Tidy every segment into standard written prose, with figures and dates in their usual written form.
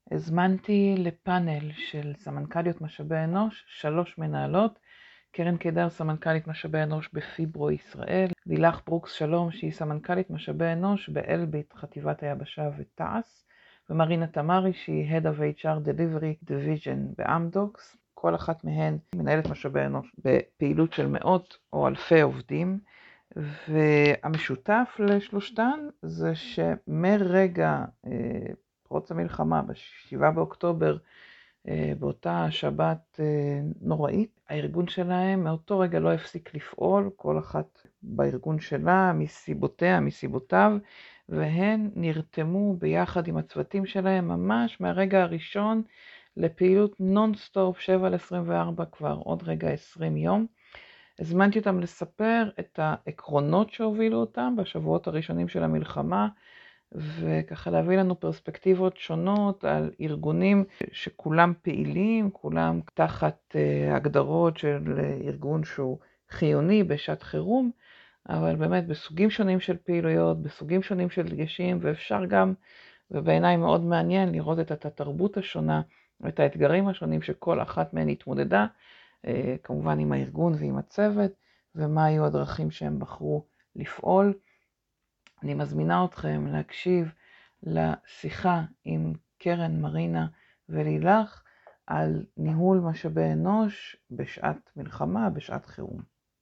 הזמנתי לפאנל של סמנכ"ליות משאבי אנוש, 3 מנהלות, קרן קידר, סמנכ"לית משאבי אנוש בפיברו ישראל, לילך ברוקס שלום, שהיא סמנכ"לית משאבי אנוש באלביט, חטיבת היבשה ותעש, ומרינה תמרי, שהיא Head of HR Delivery Division באמדוקס. כל אחת מהן מנהלת משאבי אנוש בפעילות של מאות או אלפי עובדים, והמשותף לשלושתן זה שמרגע פרוץ המלחמה ב7 באוקטובר, באותה שבת נוראית, הארגון שלהם מאותו רגע לא הפסיק לפעול, כל אחת בארגון שלה, מסיבותיה, מסיבותיו, והן נרתמו ביחד עם הצוותים שלהם ממש מהרגע הראשון לפעילות נונסטופ 7/24, כבר עוד רגע 20 יום. הזמנתי אותם לספר את העקרונות שהובילו אותם בשבועות הראשונים של המלחמה, וככה להביא לנו פרספקטיבות שונות על ארגונים שכולם פעילים, כולם תחת הגדרות של ארגון שהוא חיוני בשעת חירום, אבל באמת בסוגים שונים של פעילויות, בסוגים שונים של דגשים, ואפשר גם, ובעיניי מאוד מעניין, לראות את התרבות השונה, את האתגרים השונים שכל אחת מהן התמודדה, כמובן עם הארגון ועם הצוות, ומה היו הדרכים שהם בחרו לפעול. אני מזמינה אתכם להקשיב לשיחה עם קרן, מרינה ולילך על ניהול משאבי אנוש בשעת מלחמה, בשעת חירום.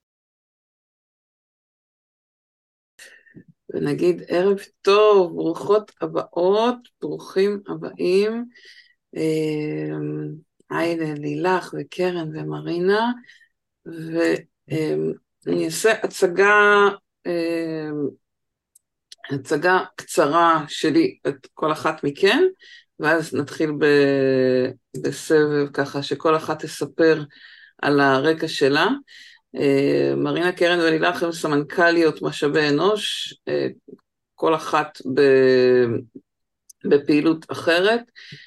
ונגיד ערב טוב, ברוכות הבאות, ברוכים הבאים. היי לילך וקרן ומרינה, ואני אעשה הצגה קצרה שלי את כל אחת מכן, ואז נתחיל בסבב ככה שכל אחת תספר על הרקע שלה. מרינה, קרן ולילך הם סמנכ"ליות משאבי אנוש, כל אחת בפעילות אחרת.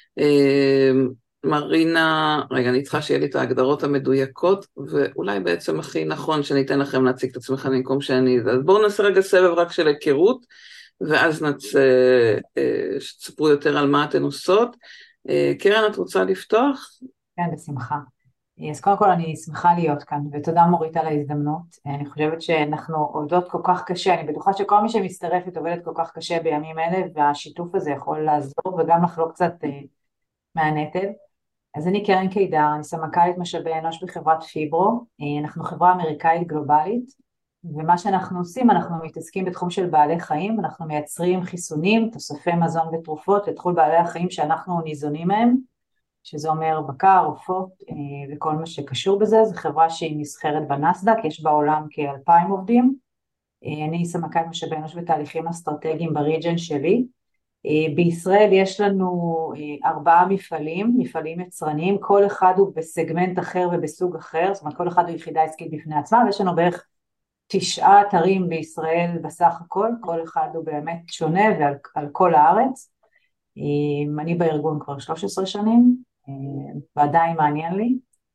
מרינה, רגע, אני צריכה שיהיה לי את ההגדרות המדויקות, ואולי בעצם הכי נכון שאני אתן לכם להציג את עצמכם במקום שאני... אז בואו נעשה רגע סבב רק של היכרות, ואז שתספרו יותר על מה אתן עושות. קרן, את רוצה לפתוח? כן, בשמחה. אז קודם כל אני שמחה להיות כאן, ותודה מורית על ההזדמנות. אני חושבת שאנחנו עובדות כל כך קשה, אני בטוחה שכל מי שמצטרפת עובדת כל כך קשה בימים אלה, והשיתוף הזה יכול לעזור וגם לחלוק קצת מהנטל. אז אני קרן קידר, אני סמנכ"לית משאבי אנוש בחברת פיברו, אנחנו חברה אמריקאית גלובלית, ומה שאנחנו עושים, אנחנו מתעסקים בתחום של בעלי חיים, אנחנו מייצרים חיסונים, תוספי מזון ותרופות לתחום בעלי החיים שאנחנו ניזונים מהם, שזה אומר בקר, עופות וכל מה שקשור בזה. זו חברה שהיא נסחרת בנסדק, יש בעולם כ2,000 עובדים. אני סמנכ"לית משאבי אנוש ותהליכים אסטרטגיים בריג'ן שלי. בישראל יש לנו 4 מפעלים יצרניים, כל אחד הוא בסגמנט אחר ובסוג אחר, זאת אומרת כל אחד הוא יחידה עסקית בפני עצמה, ויש לנו בערך 9 אתרים בישראל בסך הכל, כל אחד הוא באמת שונה ועל כל הארץ. אני בארגון כבר 13 שנים, ועדיין מעניין לי.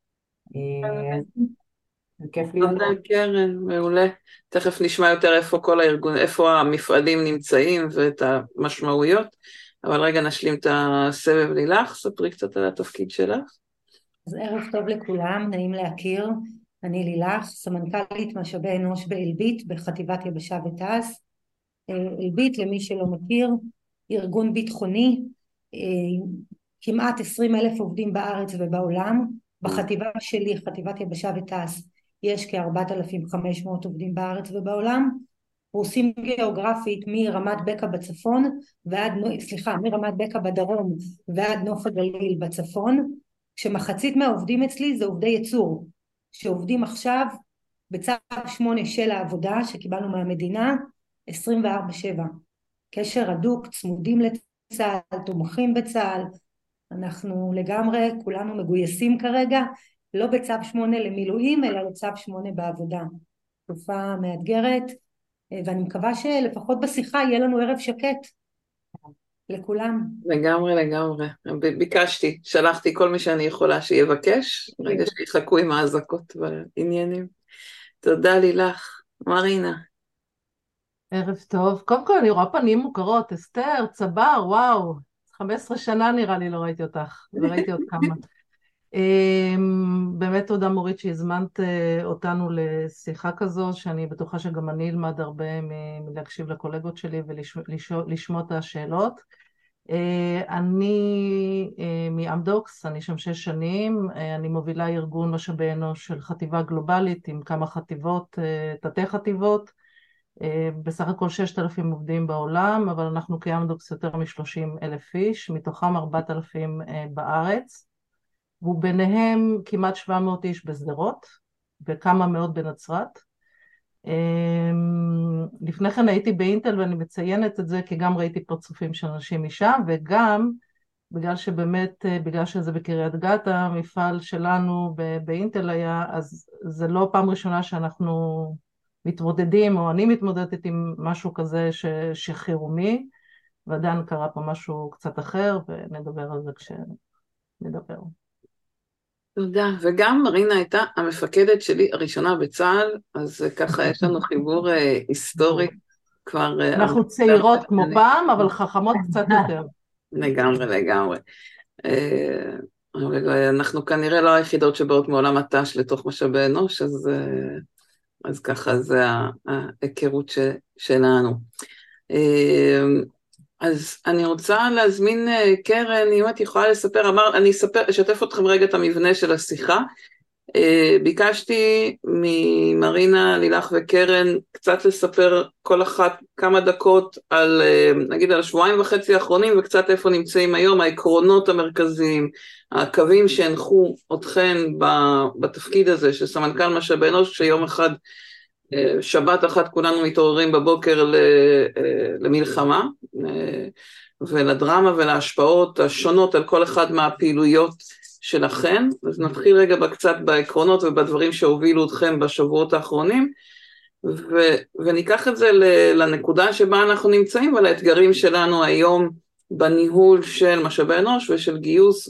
כיף להיות. תודה קרן, מעולה. תכף נשמע יותר איפה כל הארגון, איפה המפעלים נמצאים ואת המשמעויות, אבל רגע נשלים את הסבב. לילך, ספרי קצת על התפקיד שלך. אז ערב טוב לכולם, נעים להכיר. אני לילך, סמנכ"לית משאבי אנוש באלביט בחטיבת יבשה ותעש. אלביט, למי שלא מכיר, ארגון ביטחוני, כמעט 20,000 עובדים בארץ ובעולם. בחטיבה שלי, חטיבת יבשה ותעש, יש כ4,500 עובדים בארץ ובעולם, פרוסים גיאוגרפית מרמת בקע בצפון מרמת בקע בדרום ועד נוף הגליל בצפון, כשמחצית מהעובדים אצלי זה עובדי ייצור, שעובדים עכשיו בצו 8 של העבודה שקיבלנו מהמדינה 24/7. קשר הדוק, צמודים לצה"ל, תומכים בצה"ל, אנחנו לגמרי, כולנו מגויסים כרגע, לא בצו 8 למילואים, אלא לצו 8 בעבודה. תקופה מאתגרת, ואני מקווה שלפחות בשיחה יהיה לנו ערב שקט לכולם. לגמרי. ביקשתי, שלחתי כל מי שאני יכולה שיבקש, רגע שיחכו עם האזעקות בעניינים. תודה לילך. מרינה. ערב טוב. קודם כל אני רואה פנים מוכרות, אסתר, צבר, וואו, 15 שנה נראה לי לא ראיתי אותך, וראיתי עוד כמה. באמת תודה מורית שהזמנת אותנו לשיחה כזו, שאני בטוחה שגם אני אלמד הרבה מלהקשיב לקולגות שלי ולשמוע את השאלות. אני מאמדוקס, אני שם 6 שנים, אני מובילה ארגון משאבי אנוש של חטיבה גלובלית עם כמה חטיבות, תתי חטיבות, בסך הכל 6,000 עובדים בעולם, אבל אנחנו כאמדוקס יותר מ-30,000 איש, מתוכם 4,000 בארץ, וביניהם כמעט 700 איש בשדרות, וכמה מאות בנצרת. לפני כן הייתי באינטל, ואני מציינת את זה כי גם ראיתי פרצופים של אנשים משם, וגם בגלל שבאמת, בגלל שזה בקריית גת, המפעל שלנו באינטל היה, אז זה לא פעם ראשונה שאנחנו מתמודדים, או אני מתמודדת עם משהו כזה שחירומי, ועדיין קרה פה משהו קצת אחר, ונדבר על זה כשנדבר. תודה, וגם מרינה הייתה המפקדת שלי הראשונה בצה"ל, אז ככה יש לנו חיבור היסטורי כבר. אנחנו צעירות כמו פעם, אבל חכמות קצת יותר. לגמרי, לגמרי. אנחנו כנראה לא היחידות שבאות מעולם הת"ש לתוך משאבי אנוש, אז ככה זה ההיכרות שלנו. אז אני רוצה להזמין קרן, אם את יכולה לספר, אני אשתף אתכם רגע את המבנה של השיחה. ביקשתי ממרינה, לילך וקרן קצת לספר כל אחת כמה דקות על, נגיד על 2.5 האחרונים, וקצת איפה נמצאים היום, העקרונות המרכזיים, הקווים שהנחו אתכן בתפקיד הזה של סמנכ"ל משאבי אנוש, שיום אחד, שבת אחת כולנו מתעוררים בבוקר למלחמה, ולדרמה ולהשפעות השונות על כל אחד מהפעילויות שלכם. אז נתחיל רגע קצת בעקרונות ובדברים שהובילו אתכם בשבועות האחרונים, וניקח את זה לנקודה שבה אנחנו נמצאים, ולאתגרים שלנו היום בניהול של משאבי אנוש ושל גיוס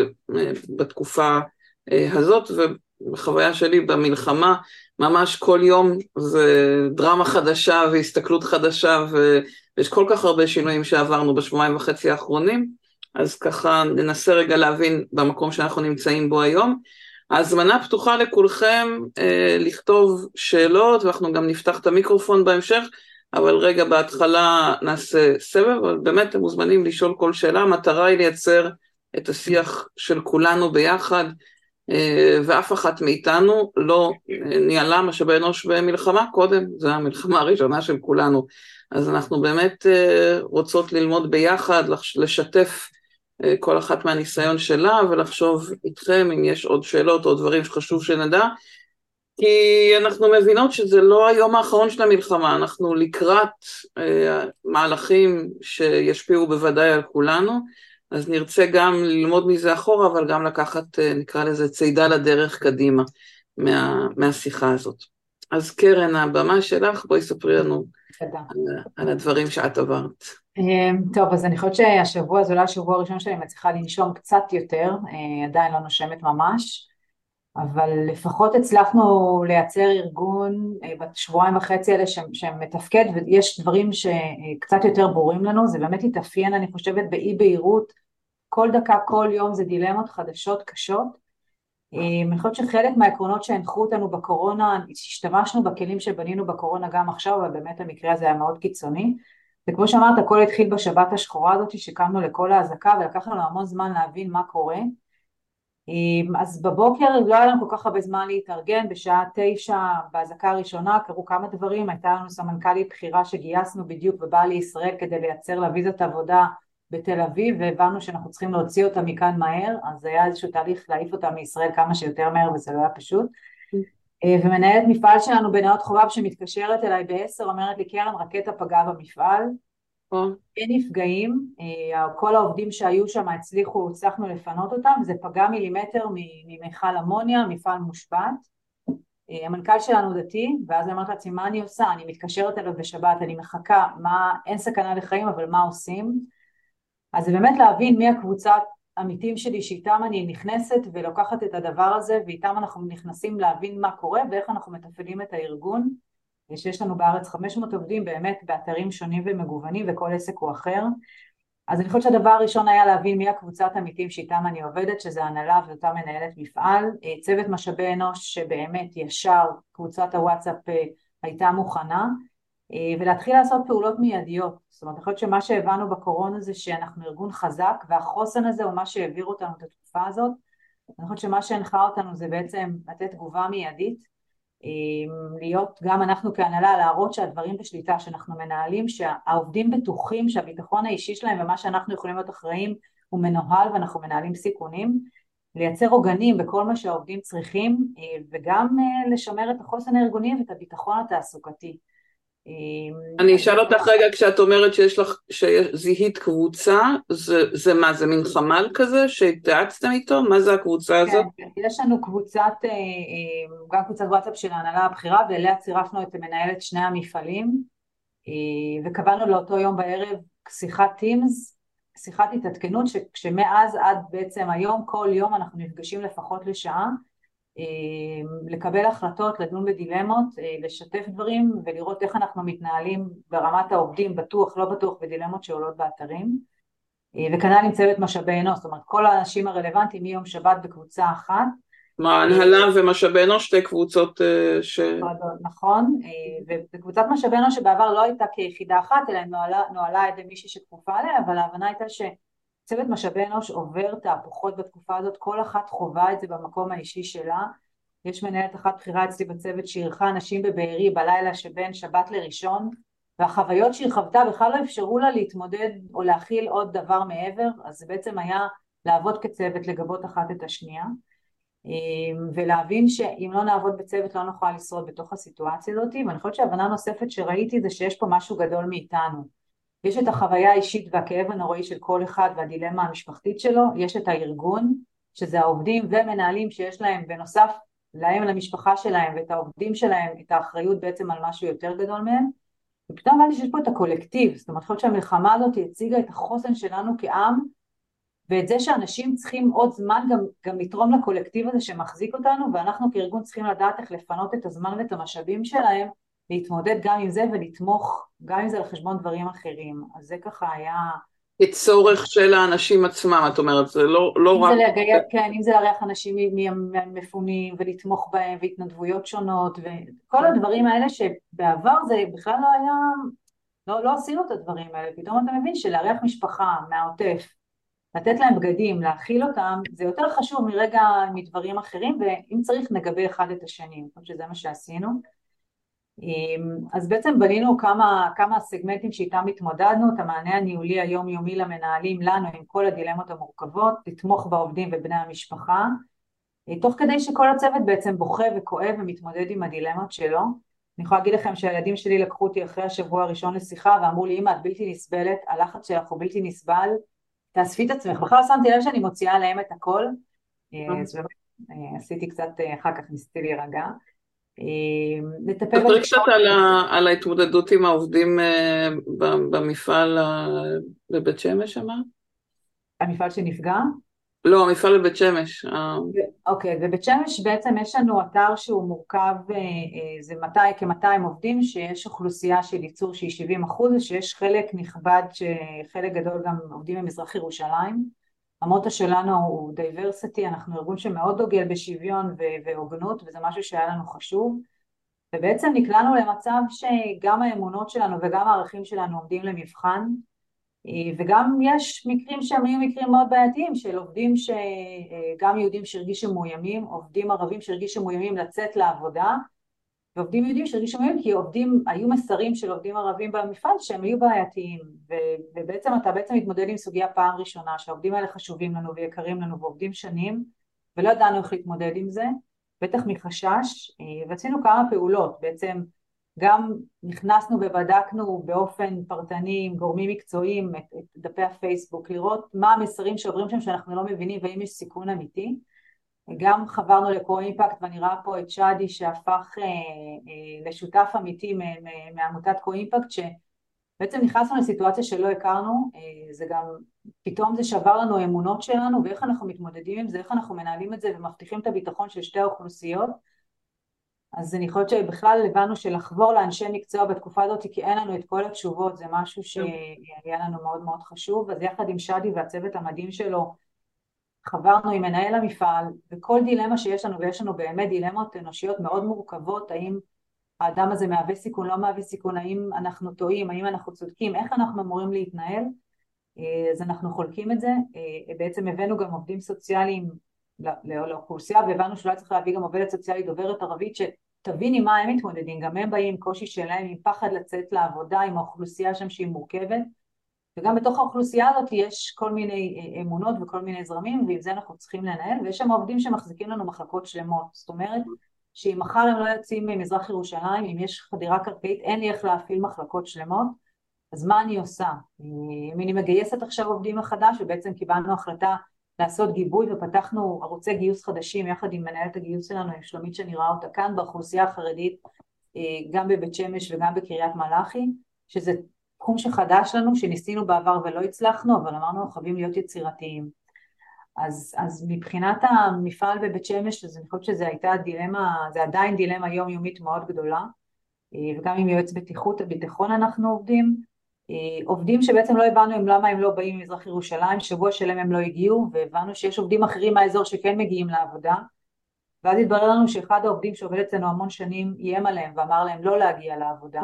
בתקופה הזאת, ובחוויה שלי במלחמה, ממש כל יום זה דרמה חדשה והסתכלות חדשה, ויש כל כך הרבה שינויים שעברנו ב2.5 האחרונים, אז ככה ננסה רגע להבין במקום שאנחנו נמצאים בו היום. ההזמנה פתוחה לכולכם לכתוב שאלות, ואנחנו גם נפתח את המיקרופון בהמשך, אבל רגע בהתחלה נעשה סבב, אבל באמת אתם מוזמנים לשאול כל שאלה. המטרה היא לייצר את השיח של כולנו ביחד, ואף אחת מאיתנו לא ניהלה משאבי אנוש במלחמה קודם, זו המלחמה הראשונה של כולנו, אז אנחנו באמת רוצות ללמוד ביחד, לשתף כל אחת מהניסיון שלה, ולחשוב איתכם אם יש עוד שאלות או דברים שחשוב שנדע, כי אנחנו מבינות שזה לא היום האחרון של המלחמה, אנחנו לקראת מהלכים שישפיעו בוודאי על כולנו, אז נרצה גם ללמוד מזה אחורה, אבל גם לקחת, נקרא לזה, צעידה לדרך קדימה מהשיחה הזאת. אז קרן, הבמה שלך, בואי ספרי לנו על הדברים שאת עברת. טוב, אז אני חושבת שהשבוע, זה אולי השבוע הראשון שאני מצליחה לנשום קצת יותר, עדיין לא נושמת ממש, אבל לפחות הצלחנו לייצר ארגון בשבועיים וחצי האלה שמתפקד, ויש דברים שקצת יותר ברורים לנו, זה באמת התאפיין, אני חושבת, באי בהירות, כל דקה, כל יום זה דילמות חדשות קשות. אני חושבת שחלק מהעקרונות שהנחו אותנו בקורונה, השתמשנו בכלים שבנינו בקורונה גם עכשיו, אבל באמת המקרה הזה היה מאוד קיצוני, וכמו שאמרת, הכל התחיל בשבת השחורה הזאת, שקמנו לכל ההזקה, ולקח לנו המון זמן להבין מה קורה. אז בבוקר לא היה לנו כל כך הרבה זמן להתארגן, בשעה 9 בהזקה הראשונה קרו כמה דברים, הייתה לנו סמנכ"לית בחירה שגייסנו בדיוק ובאה לישראל כדי לייצר לה ויזת עבודה בתל אביב, והבנו שאנחנו צריכים להוציא אותה מכאן מהר, אז היה איזשהו תהליך להעיף אותה מישראל כמה שיותר מהר, וזה לא היה פשוט. ומנהלת מפעל שלנו בנאות חובב שמתקשרת אליי ב10, אומרת לי, קרן, רקטה פגעה במפעל, אין נפגעים, כל העובדים שהיו שם הצלחנו לפנות אותם, זה פגע מילימטר ממכל אמוניה, מפעל מושבת. המנכ"ל שלנו דתי, ואז אני אומרת לעצמי, מה אני עושה? אני מתקשרת אליו בשבת, אני מחכה, אין סכנה לחיים, אבל מה עושים? אז זה באמת להבין מי הקבוצת עמיתים שלי שאיתם אני נכנסת ולוקחת את הדבר הזה, ואיתם אנחנו נכנסים להבין מה קורה ואיך אנחנו מתפעלים את הארגון, שיש לנו בארץ 500 עובדים באמת באתרים שונים ומגוונים, וכל עסק הוא אחר. אז אני חושבת שהדבר הראשון היה להבין מי הקבוצת עמיתים שאיתם אני עובדת, שזה הנהלה ואותה מנהלת מפעל, צוות משאבי אנוש שבאמת ישר קבוצת הוואטסאפ הייתה מוכנה, ולהתחיל לעשות פעולות מיידיות. זאת אומרת, אני חושבת שמה שהבנו בקורונה זה שאנחנו ארגון חזק, והחוסן הזה הוא מה שהעביר אותנו את התקופה הזאת. אני חושבת שמה שהנחה אותנו זה בעצם לתת תגובה מיידית, להיות גם אנחנו כהנהלה, להראות שהדברים בשליטה שאנחנו מנהלים, שהעובדים בטוחים שהביטחון האישי שלהם ומה שאנחנו יכולים להיות אחראים הוא מנוהל ואנחנו מנהלים סיכונים, לייצר עוגנים בכל מה שהעובדים צריכים, וגם לשמר את החוסן הארגוני ואת הביטחון התעסוקתי. אני אשאל אותך רגע, כשאת אומרת שזיהית קבוצה, זה מה, זה מין חמ"ל כזה שהתייעצתם איתו? מה זה הקבוצה הזאת? כן, יש לנו גם קבוצת וואטסאפ של ההנהלה הבכירה, ואליה צירפנו את מנהלת שני המפעלים, וקבענו לאותו יום בערב שיחת טימס, שיחת התעדכנות, שמאז עד בעצם היום, כל יום אנחנו נפגשים לפחות לשעה, לקבל החלטות, לדון בדילמות, לשתף דברים ולראות איך אנחנו מתנהלים ברמת העובדים, בטוח, לא בטוח, בדילמות שעולות באתרים, וכנ"ל עם צוות משאבי אנוש, זאת אומרת כל האנשים הרלוונטיים מיום שבת בקבוצה אחת. הנהלה ומשאבי אנוש, שתי קבוצות נכון, ובקבוצת משאבי אנוש שבעבר לא הייתה כיחידה אחת, אלא נועלה על ידי מישהי שכפופה עליה, אבל ההבנה הייתה שצוות משאבי אנוש עובר תהפוכות בתקופה הזאת, כל אחת חובה את זה במקום האישי שלה. יש מנהלת אחת בחירה אצלי בצוות שאירחה אנשים בבארי בלילה שבין שבת לראשון, והחוויות שהיא חוותה בכלל לא אפשרו לה להתמודד או להכיל עוד דבר מעבר, אז זה בעצם היה לעבוד כצוות, לגבות אחת את השנייה, ולהבין שאם לא נעבוד בצוות לא נוכל לשרוד בתוך הסיטואציה הזאת. ואני חושבת שהבנה נוספת שראיתי זה שיש פה משהו גדול מאיתנו. יש את החוויה האישית והכאב הנוראי של כל אחד והדילמה המשפחתית שלו, יש את הארגון, שזה העובדים ומנהלים שיש להם בנוסף להם למשפחה שלהם ואת העובדים שלהם, את האחריות בעצם על משהו יותר גדול מהם, ופתאום אמרתי שיש פה את הקולקטיב. זאת אומרת, אני חושבת שהמלחמה הזאת הציגה את החוסן שלנו כעם, ואת זה שאנשים צריכים עוד זמן גם לתרום לקולקטיב הזה שמחזיק אותנו, ואנחנו כארגון צריכים לדעת איך לפנות את הזמן ואת המשאבים שלהם, להתמודד גם עם זה ולתמוך גם עם זה על חשבון דברים אחרים. אז זה ככה היה... כצורך של האנשים עצמם, את אומרת, זה לא רק... כן, אם זה להריח אנשים מפונים ולתמוך בהם והתנדבויות שונות, וכל הדברים האלה שבעבר זה בכלל לא היה... לא עשינו את הדברים האלה, פתאום אתה מבין שלהריח משפחה מהעוטף, לתת להם בגדים, להכיל אותם, זה יותר חשוב מרגע מדברים אחרים, ואם צריך נגבה אחד את השני, אני חושבת שזה מה שעשינו. אז בעצם בנינו כמה סגמנטים שאיתם התמודדנו, את המענה הניהולי היומיומי למנהלים לנו עם כל הדילמות המורכבות, לתמוך בעובדים ובני המשפחה, תוך כדי שכל הצוות בעצם בוכה וכואב ומתמודד עם הדילמות שלו. אני יכולה להגיד לכם שהילדים שלי לקחו אותי אחרי השבוע הראשון לשיחה ואמרו לי, אמא, את בלתי נסבלת, הלחץ שלך הוא בלתי נסבל, תאספי את עצמך. בכלל לא שמתי לב שאני מוציאה עליהם את הכל, אז עשיתי קצת, אחר כך ניסיתי להירגע. תפרי קצת על ההתמודדות עם העובדים במפעל בבית שמש, אמרת? המפעל שנפגע? לא, המפעל בבית שמש. אוקיי, בבית שמש בעצם יש לנו אתר שהוא מורכב, זה כ-200 עובדים, שיש אוכלוסייה של ייצור שהיא 70%, שיש חלק נכבד, שחלק גדול גם עובדים במזרח ירושלים. המוטו שלנו הוא דייברסיטי, אנחנו ארגון שמאוד דוגל בשוויון והוגנות, וזה משהו שהיה לנו חשוב, ובעצם נקלענו למצב שגם האמונות שלנו וגם הערכים שלנו עומדים למבחן, וגם יש מקרים שהם היו מקרים מאוד בעייתיים של עובדים שגם יהודים שהרגישו מאוימים, עובדים ערבים שהרגישו מאוימים לצאת לעבודה, ועובדים יהודים שהרגישו מאוימים כי היו מסרים של עובדים ערבים במפעל שהם היו בעייתיים, ובעצם אתה מתמודד עם סוגיה פעם ראשונה שהעובדים האלה חשובים לנו ויקרים לנו ועובדים שנים, ולא ידענו איך להתמודד עם זה, בטח מחשש, ועשינו כמה פעולות. בעצם גם נכנסנו ובדקנו באופן פרטני עם גורמים מקצועיים את דפי הפייסבוק, לראות מה המסרים שעוברים שם שאנחנו לא מבינים והאם יש סיכון אמיתי. גם חברנו לקו-אימפקט, ואני רואה פה את שדי שהפך לשותף אמיתי מעמותת קו-אימפקט, שבעצם נכנסנו לסיטואציה שלא הכרנו, זה גם פתאום זה שבר לנו אמונות שלנו, ואיך אנחנו מתמודדים עם זה, איך אנחנו מנהלים את זה ומבטיחים את הביטחון של שתי האוכלוסיות. אז אני חושבת שבכלל הבנו שלחבור לאנשי מקצוע בתקופה הזאת, כי אין לנו את כל התשובות, זה משהו שהיה לנו מאוד מאוד חשוב. אז יחד עם שדי והצוות המדהים שלו, חברנו עם מנהל המפעל, וכל דילמה שיש לנו, ויש לנו באמת דילמות אנושיות מאוד מורכבות, האם האדם הזה מהווה סיכון, לא מהווה סיכון, האם אנחנו טועים, האם אנחנו צודקים, איך אנחנו אמורים להתנהל, אז אנחנו חולקים את זה. בעצם הבאנו גם עובדים סוציאליים לאוכלוסייה, והבנו שאולי צריך להביא גם עובדת סוציאלית דוברת ערבית, שתביני מה הם מתמודדים, גם הם באים עם קושי שלהם, עם פחד לצאת לעבודה, עם האוכלוסייה שם שהיא מורכבת, וגם בתוך האוכלוסייה הזאת יש כל מיני אמונות וכל מיני זרמים, ועם זה אנחנו צריכים לנהל, ויש שם עובדים שמחזיקים לנו מחלקות שלמות, זאת אומרת, שאם מחר הם לא יוצאים ממזרח ירושלים, אם יש חדירה קרקעית, אין לי איך להפעיל מחלקות שלמות, אז מה אני עושה? אם אני מגייסת עכשיו עובדים מחדש, ובעצם קיבלנו החלטה לעשות גיבוי, ופתחנו ערוצי גיוס חדשים, יחד עם מנהלת הגיוס שלנו, עם שלומית שנראה אותה כאן, באוכלוסייה החרדית, גם בבית שמש וגם בקריית מלאכי, שזה תחום שחדש לנו, שניסינו בעבר ולא הצלחנו, אבל אמרנו, חייבים להיות יצירתיים. אז מבחינת המפעל בבית שמש, אז אני חושבת שזה הייתה דילמה, זה עדיין דילמה יומיומית מאוד גדולה, וגם עם יועץ בטיחות הביטחון אנחנו עובדים שבעצם לא הבנו למה הם לא באים ממזרח ירושלים, שבוע שלם הם לא הגיעו, והבנו שיש עובדים אחרים מהאזור שכן מגיעים לעבודה, ואז התברר לנו שאחד העובדים שעובד אצלנו המון שנים איים עליהם ואמר להם לא להגיע לעבודה,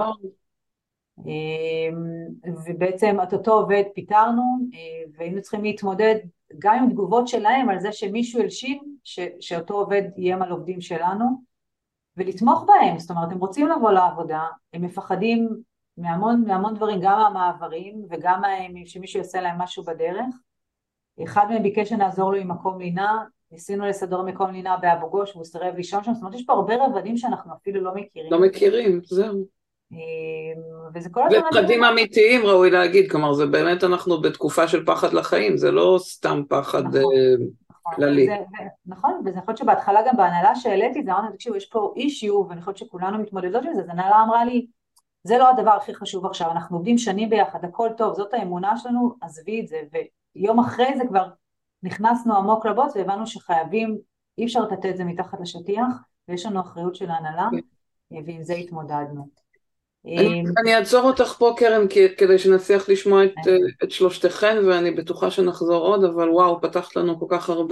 ובעצם את אותו עובד פיטרנו, והיינו צריכים להתמודד גם עם תגובות שלהם על זה שמישהו הלשין שאותו עובד איים על עובדים שלנו, ולתמוך בהם. זאת אומרת, הם רוצים לבוא לעבודה, הם מפחדים מהמון דברים, גם מהמעברים וגם שמישהו יעשה להם משהו בדרך. אחד מהם ביקש שנעזור לו עם מקום לינה, ניסינו לסדר מקום לינה באבו גוש והוא סירב לישון שם, זאת אומרת יש פה הרבה רבדים שאנחנו אפילו לא מכירים. לא מכירים, זהו. וזה כל הזמן... ופחדים אמיתיים ראוי להגיד, כלומר זה באמת אנחנו בתקופה של פחד לחיים, זה לא סתם פחד כללי. נכון, וזה יכול להיות שבהתחלה גם בהנהלה שהעליתי, זה אמרנו, תקשיבו, יש פה אישיו, ואני חושבת שכולנו מתמודדות עם זה, אז הנהלה אמרה לי, זה לא הדבר הכי חשוב עכשיו, אנחנו עובדים שנים ביחד, הכל טוב, זאת האמונה שלנו, עזבי את זה, ויום אחרי זה כבר נכנסנו עמוק לבוץ, והבנו שחייבים, אי אפשר לתת את זה מתחת לשטיח, ויש לנו אחריות של ההנהלה, ועם זה התמודדנו. אני אעצור אותך פה קרן, כדי שנצליח לשמוע את שלושתכן, ואני בטוחה שנחזור עוד, אבל וואו, פתחת לנו כל כך הרבה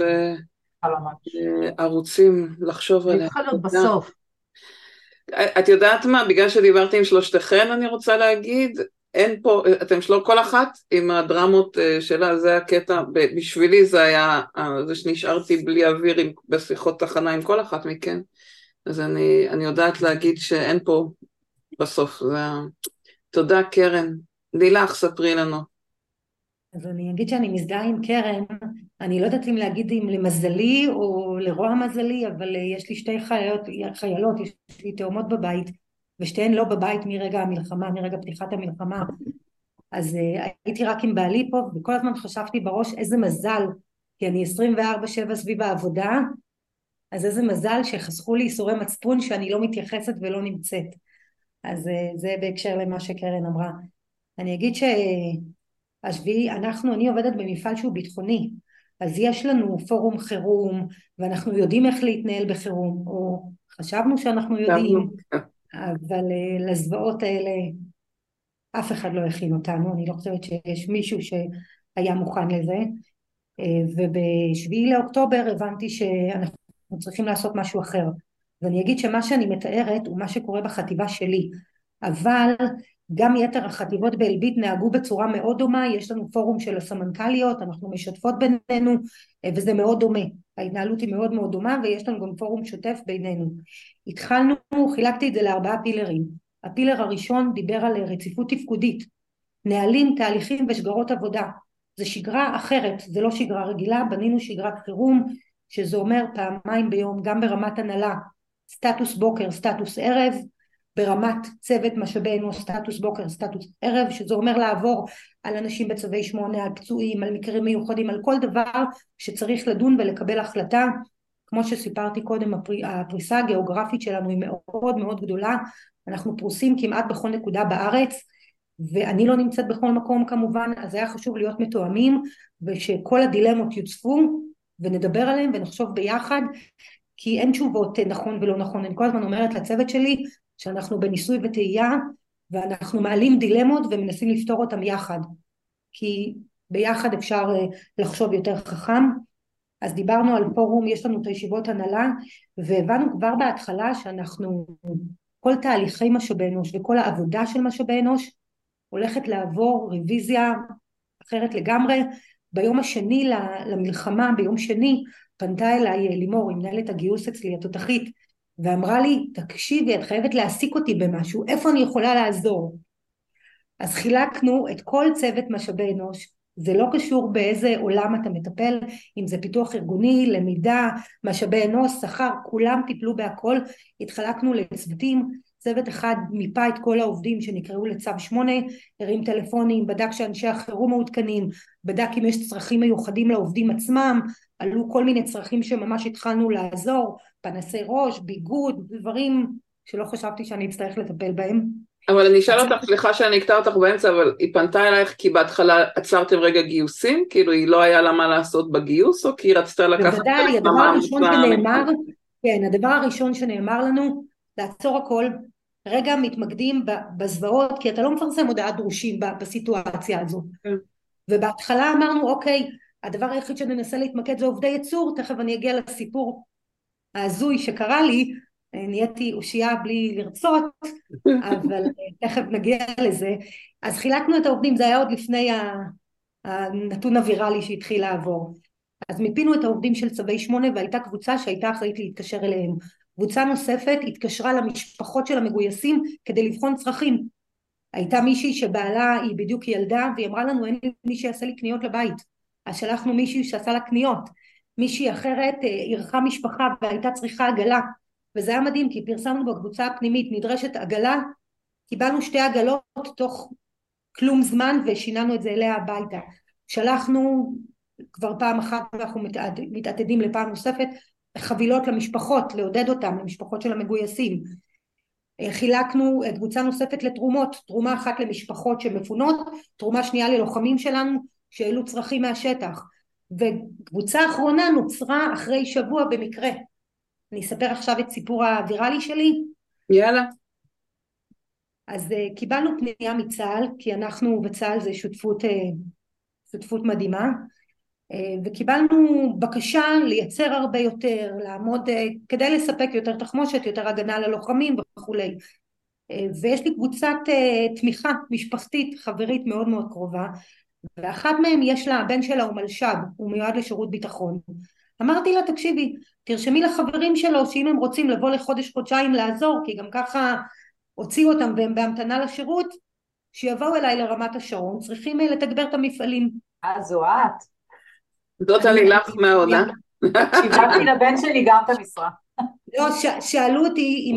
ערוצים לחשוב עליהם. נתחיל להיות בסוף. את יודעת מה, בגלל שדיברתי עם שלושתכן, אני רוצה להגיד, אין פה, אתם שלו כל אחת עם הדרמות שלה, זה הקטע, בשבילי זה היה, זה שנשארתי בלי אוויר בשיחות תחנה עם כל אחת מכן, אז אני יודעת להגיד שאין פה בסוף. תודה קרן. לילך, ספרי לנו. אז אני אגיד שאני מזדהה עם קרן, אני לא יודעת אם להגיד אם למזלי או לרוע מזלי, אבל יש לי שתי חיילות, יש לי תאומות בבית, ושתיהן לא בבית מרגע המלחמה, מרגע פתיחת המלחמה, אז הייתי רק עם בעלי פה, וכל הזמן חשבתי בראש איזה מזל, כי אני 24/7 סביב העבודה, אז איזה מזל שחסכו לי איסורי מצפון שאני לא מתייחסת ולא נמצאת. אז זה בהקשר למה שקרן אמרה. אני אגיד אני עובדת במפעל שהוא ביטחוני, אז יש לנו פורום חירום, ואנחנו יודעים איך להתנהל בחירום, או חשבנו שאנחנו יודעים, אבל לזוועות האלה אף אחד לא הכין אותנו, אני לא חושבת שיש מישהו שהיה מוכן לזה, וב7 לאוקטובר הבנתי שאנחנו צריכים לעשות משהו אחר, ואני אגיד שמה שאני מתארת הוא מה שקורה בחטיבה שלי, אבל גם יתר החטיבות באלביט נהגו בצורה מאוד דומה, יש לנו פורום של הסמנכ"ליות, אנחנו משתפות בינינו, וזה מאוד דומה, ההתנהלות היא מאוד מאוד דומה, ויש לנו גם פורום שוטף בינינו. חילקתי את זה ל4 פילרים, הפילר הראשון דיבר על רציפות תפקודית, נהלים, תהליכים ושגרות עבודה, זה שגרה אחרת, זה לא שגרה רגילה, בנינו שגרת חירום, שזה אומר פעמיים ביום, גם ברמת הנהלה, סטטוס בוקר, סטטוס ערב, ברמת צוות משאבי אנוש, סטטוס בוקר, סטטוס ערב, שזה אומר לעבור על אנשים בצווי 8, על פצועים, על מקרים מיוחדים, על כל דבר שצריך לדון ולקבל החלטה. כמו שסיפרתי קודם, הפריסה הגיאוגרפית שלנו היא מאוד מאוד גדולה, אנחנו פרוסים כמעט בכל נקודה בארץ, ואני לא נמצאת בכל מקום כמובן, אז היה חשוב להיות מתואמים, ושכל הדילמות יוצפו, ונדבר עליהם ונחשוב ביחד, כי אין תשובות נכון ולא נכון. אני כל הזמן אומרת לצוות שלי שאנחנו בניסוי וטעייה, ואנחנו מעלים דילמות ומנסים לפתור אותם יחד, כי ביחד אפשר לחשוב יותר חכם. אז דיברנו על פורום, יש לנו את הישיבות הנהלה, והבנו כבר בהתחלה שאנחנו, כל תהליכי משאבי אנוש וכל העבודה של משאבי אנוש הולכת לעבור רוויזיה אחרת לגמרי. ביום השני למלחמה, ביום שני, פנתה אליי לימור, מנהלת הגיוס אצלי, התותחית, ואמרה לי, תקשיבי, את חייבת להעסיק אותי במשהו, איפה אני יכולה לעזור? אז חילקנו את כל צוות משאבי אנוש, זה לא קשור באיזה עולם אתה מטפל, אם זה פיתוח ארגוני, למידה, משאבי אנוש, שכר, כולם טיפלו בהכל. התחלקנו לצוותים, צוות אחד מיפה את כל העובדים שנקראו לצו 8, הרים טלפונים, בדק שאנשי החירום מעודכנים, בדק אם יש צרכים מיוחדים לעובדים עצמם, עלו כל מיני צרכים שממש התחלנו לעזור, פנסי ראש, ביגוד, דברים שלא חשבתי שאני אצטרך לטפל בהם. אבל אני אשאל אותך, סליחה שאני אקטע אותך באמצע, אבל היא פנתה אלייך כי בהתחלה עצרתם רגע גיוסים? כאילו היא לא היה לה מה לעשות בגיוס, או כי היא רצתה לקחת... בוודאי, הדבר הראשון שנאמר, כן, הדבר הראשון שנאמר לנו, לעצור הכל, רגע מתמקדים בזוועות, כי אתה לא מפרסם הודעת דרושים בסיטואציה הזו. ובהתחלה אמרנו, אוקיי, הדבר היחיד שננסה להתמקד זה עובדי ייצור, תכף אני אגיע לסיפור ההזוי שקרה לי, נהייתי אושייה בלי לרצות, אבל תכף נגיע לזה. אז חילקנו את העובדים, זה היה עוד לפני הנתון הוויראלי שהתחיל לעבור. אז מיפינו את העובדים של צווי 8, והייתה קבוצה שהייתה אחראית להתקשר אליהם. קבוצה נוספת התקשרה למשפחות של המגויסים כדי לבחון צרכים. הייתה מישהי שבעלה היא בדיוק ילדה, והיא אמרה לנו, אין לי מי שיעשה לי קניות לבית. אז שלחנו מישהי שעשה לה קניות. מישהי אחרת ערכה משפחה והייתה צריכה עגלה. וזה היה מדהים, כי פרסמנו בקבוצה הפנימית, נדרשת עגלה, קיבלנו 2 עגלות תוך כלום זמן, ושיננו את זה אליה הביתה. שלחנו כבר פעם אחת, ואנחנו מתעתדים לפעם נוספת, חבילות למשפחות, לעודד אותם, למשפחות של המגויסים. חילקנו קבוצה נוספת לתרומות, תרומה אחת למשפחות שמפונות, תרומה שנייה ללוחמים שלנו, שאלו צרכים מהשטח. וקבוצה האחרונה נוצרה אחרי שבוע במקרה. אני אספר עכשיו את סיפור הוויראלי שלי. יאללה. אז קיבלנו פנייה מצה"ל, כי אנחנו בצה"ל זה שותפות מדהימה, וקיבלנו בקשה לייצר הרבה יותר, לעמוד, כדי לספק יותר תחמושת, יותר הגנה ללוחמים וכולי. ויש לי קבוצת תמיכה משפחתית, חברית מאוד מאוד קרובה, ואחת מהם יש לה, הבן שלה הוא מלש"ב, הוא מיועד לשירות ביטחון. אמרתי לה, תקשיבי, תרשמי לחברים שלו שאם הם רוצים לבוא לחודש חודשיים לעזור, כי גם ככה הוציאו אותם והם בהמתנה לשירות, שיבואו אליי לרמת השרון, צריכים לתגבר את המפעלים. זו את. זאת לילך מהעודה. שיווקתי לבן שלי גם את המשרה. לא, שאלו אותי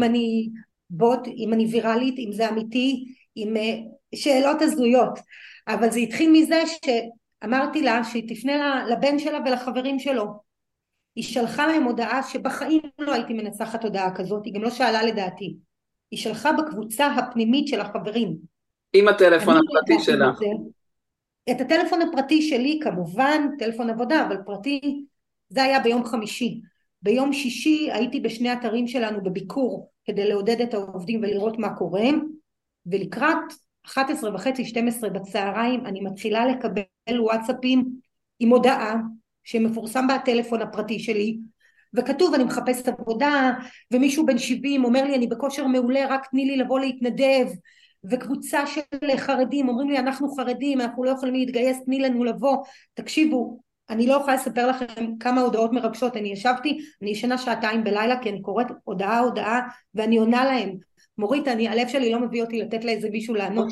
אם אני ויראלית, אם זה אמיתי, עם שאלות הזויות, אבל זה התחיל מזה שאמרתי לה שהיא תפנה לבן שלה ולחברים שלו. היא שלחה להם הודעה שבחיים לא הייתי מנסחת הודעה כזאת, היא גם לא שאלה לדעתי. היא שלחה בקבוצה הפנימית של החברים. עם הטלפון הפרטי שלך. את הטלפון הפרטי שלי כמובן, טלפון עבודה, אבל פרטי, זה היה ביום חמישי. ביום שישי הייתי בשני אתרים שלנו בביקור, כדי לעודד את העובדים ולראות מה קורה, ולקראת 11:30-12 בצהריים, אני מתחילה לקבל וואטסאפים עם הודעה, שמפורסם בטלפון הפרטי שלי, וכתוב אני מחפשת עבודה, ומישהו בן 70 אומר לי אני בכושר מעולה, רק תני לי לבוא להתנדב, וקבוצה של חרדים אומרים לי אנחנו חרדים, אנחנו לא יכולים להתגייס, תני לנו לבוא. תקשיבו, אני לא יכולה לספר לכם כמה הודעות מרגשות, אני ישנה 2 שעתיים בלילה, כי אני קוראת הודעה, ואני עונה להם. מורית, הלב שלי לא מביא אותי לתת לאיזה מישהו לענות,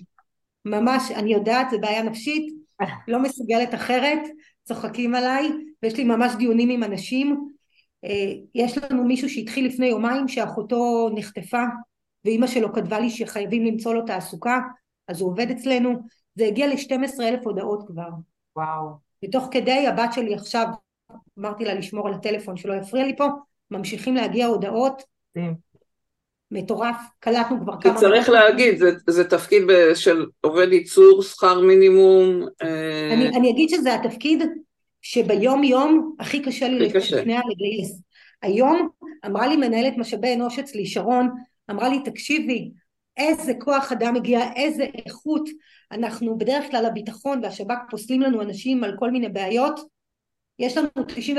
אני יודעת, זה בעיה נפשית, לא מסוגלת אחרת, צוחקים עליי, ויש לי ממש דיונים עם אנשים. יש לנו מישהו שהתחיל לפני יומיים שאחותו נחטפה, ואמא שלו כתבה לי שחייבים למצוא לו תעסוקה, אז הוא עובד אצלנו. זה הגיע ל12,000 הודעות כבר. וואו. ותוך כדי הבת שלי עכשיו, אמרתי לה לשמור על הטלפון שלא יפריע לי פה, ממשיכים להגיע הודעות. מטורף, קלטנו כבר כמה... צריך להגיד, זה תפקיד של עובד ייצור, שכר מינימום. אני אגיד שזה התפקיד שביום יום הכי קשה לי לשכנע לגייס. היום אמרה לי מנהלת משאבי אנוש אצלי, שרון, אמרה לי, תקשיבי, איזה כוח אדם מגיע, איזה איכות, אנחנו בדרך כלל הביטחון והשב"כ פוסלים לנו אנשים על כל מיני בעיות, יש לנו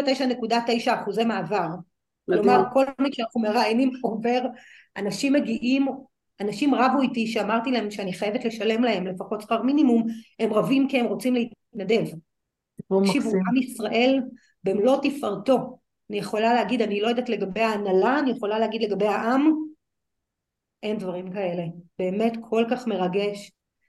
99.9% מעבר. כלומר, כל מי שאנחנו מראיינים עובר, אנשים מגיעים, אנשים רבו איתי שאמרתי להם שאני חייבת לשלם להם לפחות שכר מינימום, הם רבים כי הם רוצים להתנדב. תקשיבו, עם ישראל במלוא תפארתו, אני יכולה להגיד, אני לא יודעת לגבי ההנהלה, אני יכולה להגיד לגבי העם, אין דברים כאלה, באמת כל כך מרגש,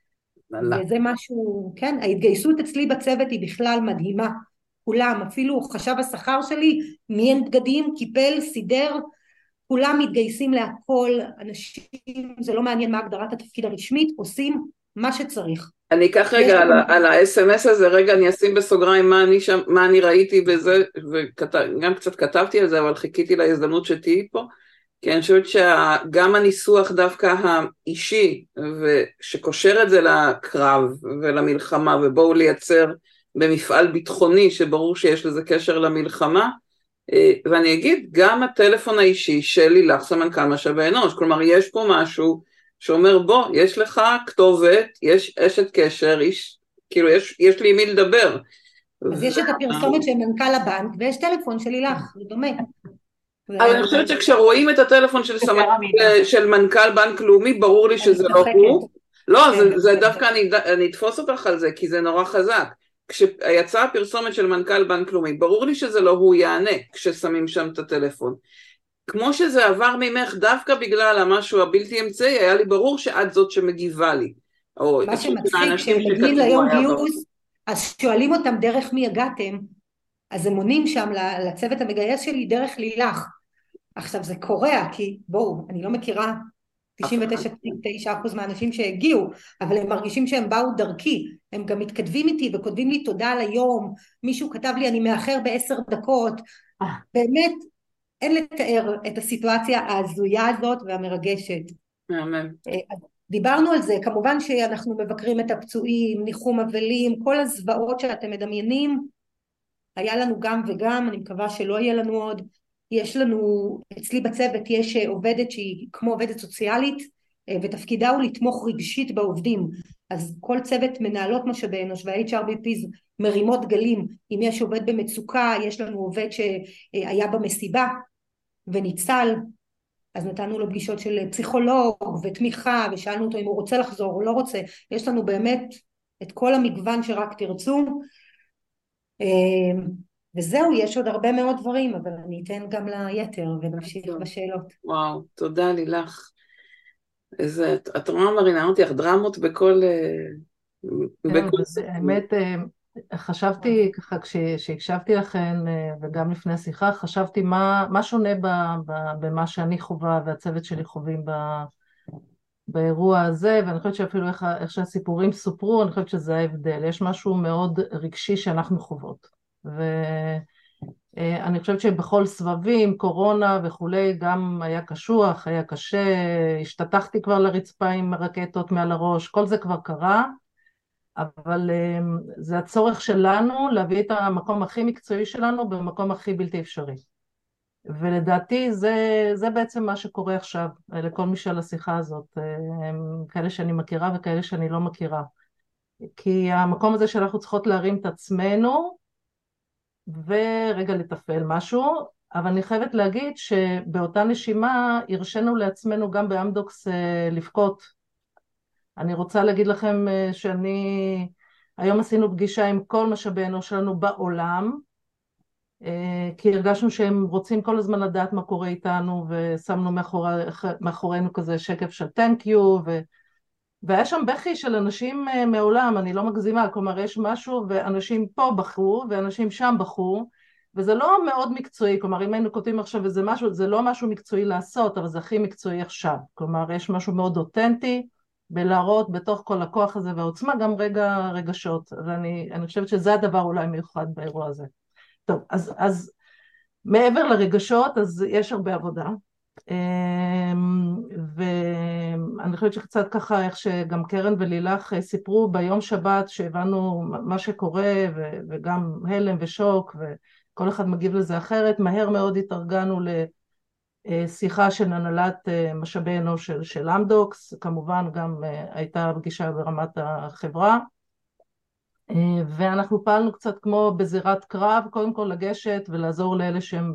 וזה משהו, כן, ההתגייסות אצלי בצוות היא בכלל מדהימה, כולם, אפילו חשב השכר שלי, מיין בגדים, קיפל, סידר, כולם מתגייסים להכל, אנשים, זה לא מעניין מה הגדרת התפקיד הרשמית, עושים מה שצריך. אני אקח רגע על ה-SMS הזה, רגע אני אשים בסוגריים מה אני ראיתי בזה, וגם קצת כתבתי על זה, אבל חיכיתי להזדמנות שתהיי פה, כי אני חושבת שגם הניסוח דווקא האישי, שקושר את זה לקרב ולמלחמה, ובואו לייצר במפעל ביטחוני, שברור שיש לזה קשר למלחמה, ואני אגיד, גם הטלפון האישי של לילך סמנכ"ל משאבי אנוש, כלומר יש פה משהו שאומר בוא, יש לך כתובת, יש אשת קשר, כאילו יש לי עם מי לדבר. אז יש את הפרסומת של מנכ"ל הבנק, ויש טלפון של לילך, זה דומה. אבל אני חושבת שכשרואים את הטלפון של מנכ"ל בנק לאומי, ברור לי שזה לא הוא. לא, זה דווקא אני אתפוס אותך על זה, כי זה נורא חזק. כשיצאה הפרסומת של מנכ"ל בנק לאומי, ברור לי שזה לא הוא יענה, כששמים שם את הטלפון. כמו שזה עבר ממך, דווקא בגלל המשהו הבלתי אמצעי, היה לי ברור שאת זאת שמגיבה לי. מה שמצחיק, כשמגיעים ליום גיוס, אז שואלים אותם דרך מי הגעתם, אז הם עונים שם לצוות המגייס שלי דרך לילך. עכשיו זה קורע, כי בואו, אני לא מכירה 99.9% מהאנשים שהגיעו, אבל הם מרגישים שהם באו דרכי, הם גם מתכתבים איתי וכותבים לי תודה על היום, מישהו כתב לי אני מאחר ב10 דקות, באמת אין לתאר את הסיטואציה ההזויה הזאת והמרגשת. דיברנו על זה, כמובן שאנחנו מבקרים את הפצועים, ניחום אבלים, כל הזוועות שאתם מדמיינים, היה לנו גם וגם, אני מקווה שלא יהיה לנו עוד, יש לנו, אצלי בצוות יש עובדת שהיא כמו עובדת סוציאלית, ותפקידה הוא לתמוך רגשית בעובדים, אז כל צוות מנהלות משאבי אנוש וה-HRBPs מרימות גלים, אם יש עובד במצוקה, יש לנו עובד שהיה במסיבה וניצל, אז נתנו לו פגישות של פסיכולוג ותמיכה, ושאלנו אותו אם הוא רוצה לחזור או לא רוצה, יש לנו באמת את כל המגוון שרק תרצו, וזהו, יש עוד הרבה מאוד דברים, אבל אני אתן גם ליתר ונמשיך בשאלות. וואו, תודה לילך. איזה, את רואה מרינה, אמרתי לך, דרמות בכל... האמת, חשבתי ככה, כשהקשבתי לכן, וגם לפני השיחה, חשבתי מה שונה במה שאני חווה והצוות שלי חווים באירוע הזה, ואני חושבת שאפילו איך שהסיפורים סופרו, אני חושבת שזה ההבדל. יש משהו מאוד רגשי שאנחנו חוות. ואני חושבת שבכל סבבים, קורונה וכולי, גם היה קשוח, היה קשה, השתתחתי כבר לרצפה עם רקטות מעל הראש, כל זה כבר קרה, אבל זה הצורך שלנו להביא את המקום הכי מקצועי שלנו במקום הכי בלתי אפשרי. ולדעתי זה בעצם מה שקורה עכשיו לכל מי שעל השיחה הזאת, כאלה שאני מכירה וכאלה שאני לא מכירה. כי המקום הזה שאנחנו צריכות להרים את עצמנו, ורגע לתפעל משהו, אבל אני חייבת להגיד שבאותה נשימה הרשנו לעצמנו גם באמדוקס לבכות. אני רוצה להגיד לכם היום עשינו פגישה עם כל משאבי אנוש שלנו בעולם, כי הרגשנו שהם רוצים כל הזמן לדעת מה קורה איתנו, ושמנו מאחורינו כזה שקף של thank you, והיה שם בכי של אנשים מעולם, אני לא מגזימה, כלומר יש משהו, ואנשים פה בחרו, ואנשים שם בחרו, וזה לא מאוד מקצועי, כלומר אם היינו כותבים עכשיו איזה משהו, זה לא משהו מקצועי לעשות, אבל זה הכי מקצועי עכשיו, כלומר יש משהו מאוד אותנטי, בלהראות בתוך כל הכוח הזה והעוצמה, גם רגשות, ואני חושבת שזה הדבר אולי מיוחד באירוע הזה. טוב, אז מעבר לרגשות, אז יש הרבה עבודה, ואני חושבת שקצת ככה איך שגם קרן ולילך סיפרו ביום שבת שהבנו מה שקורה, וגם הלם ושוק, כל אחד מגיב לזה אחרת. מהר מאוד התארגנו לשיחה של הנהלת משאבי אנוש של אמדוקס, כמובן גם הייתה פגישה ברמת החברה, ואנחנו פעלנו קצת כמו בזירת קרב, קודם כל לגשת ולעזור לאלה שהם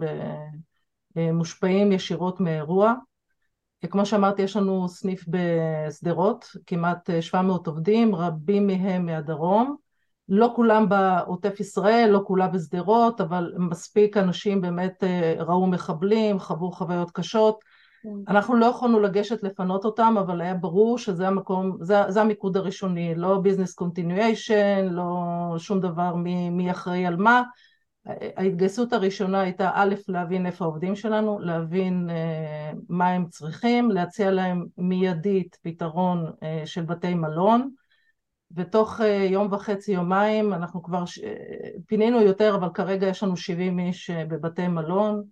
מושפעים ישירות מאירוע. כמו שאמרתי, יש לנו סניף בסדרות, כמעט 700 עובדים, רבים מהם מהדרום, לא כולם בעוטף ישראל, לא כולם בסדרות, אבל מספיק אנשים באמת ראו מחבלים, חוו חוויות קשות. אנחנו לא יכולנו לגשת לפנות אותם, אבל היה ברור שזה המקום, זה המיקוד הראשוני, לא ביזנס קונטיניואשן, לא שום דבר מי אחראי על מה. ההתגייסות הראשונה הייתה א', להבין איפה העובדים שלנו, להבין מה הם צריכים, להציע להם מיידית פתרון של בתי מלון, ותוך יום וחצי, יומיים, אנחנו כבר פינינו יותר, אבל כרגע יש לנו 70 איש בבתי מלון,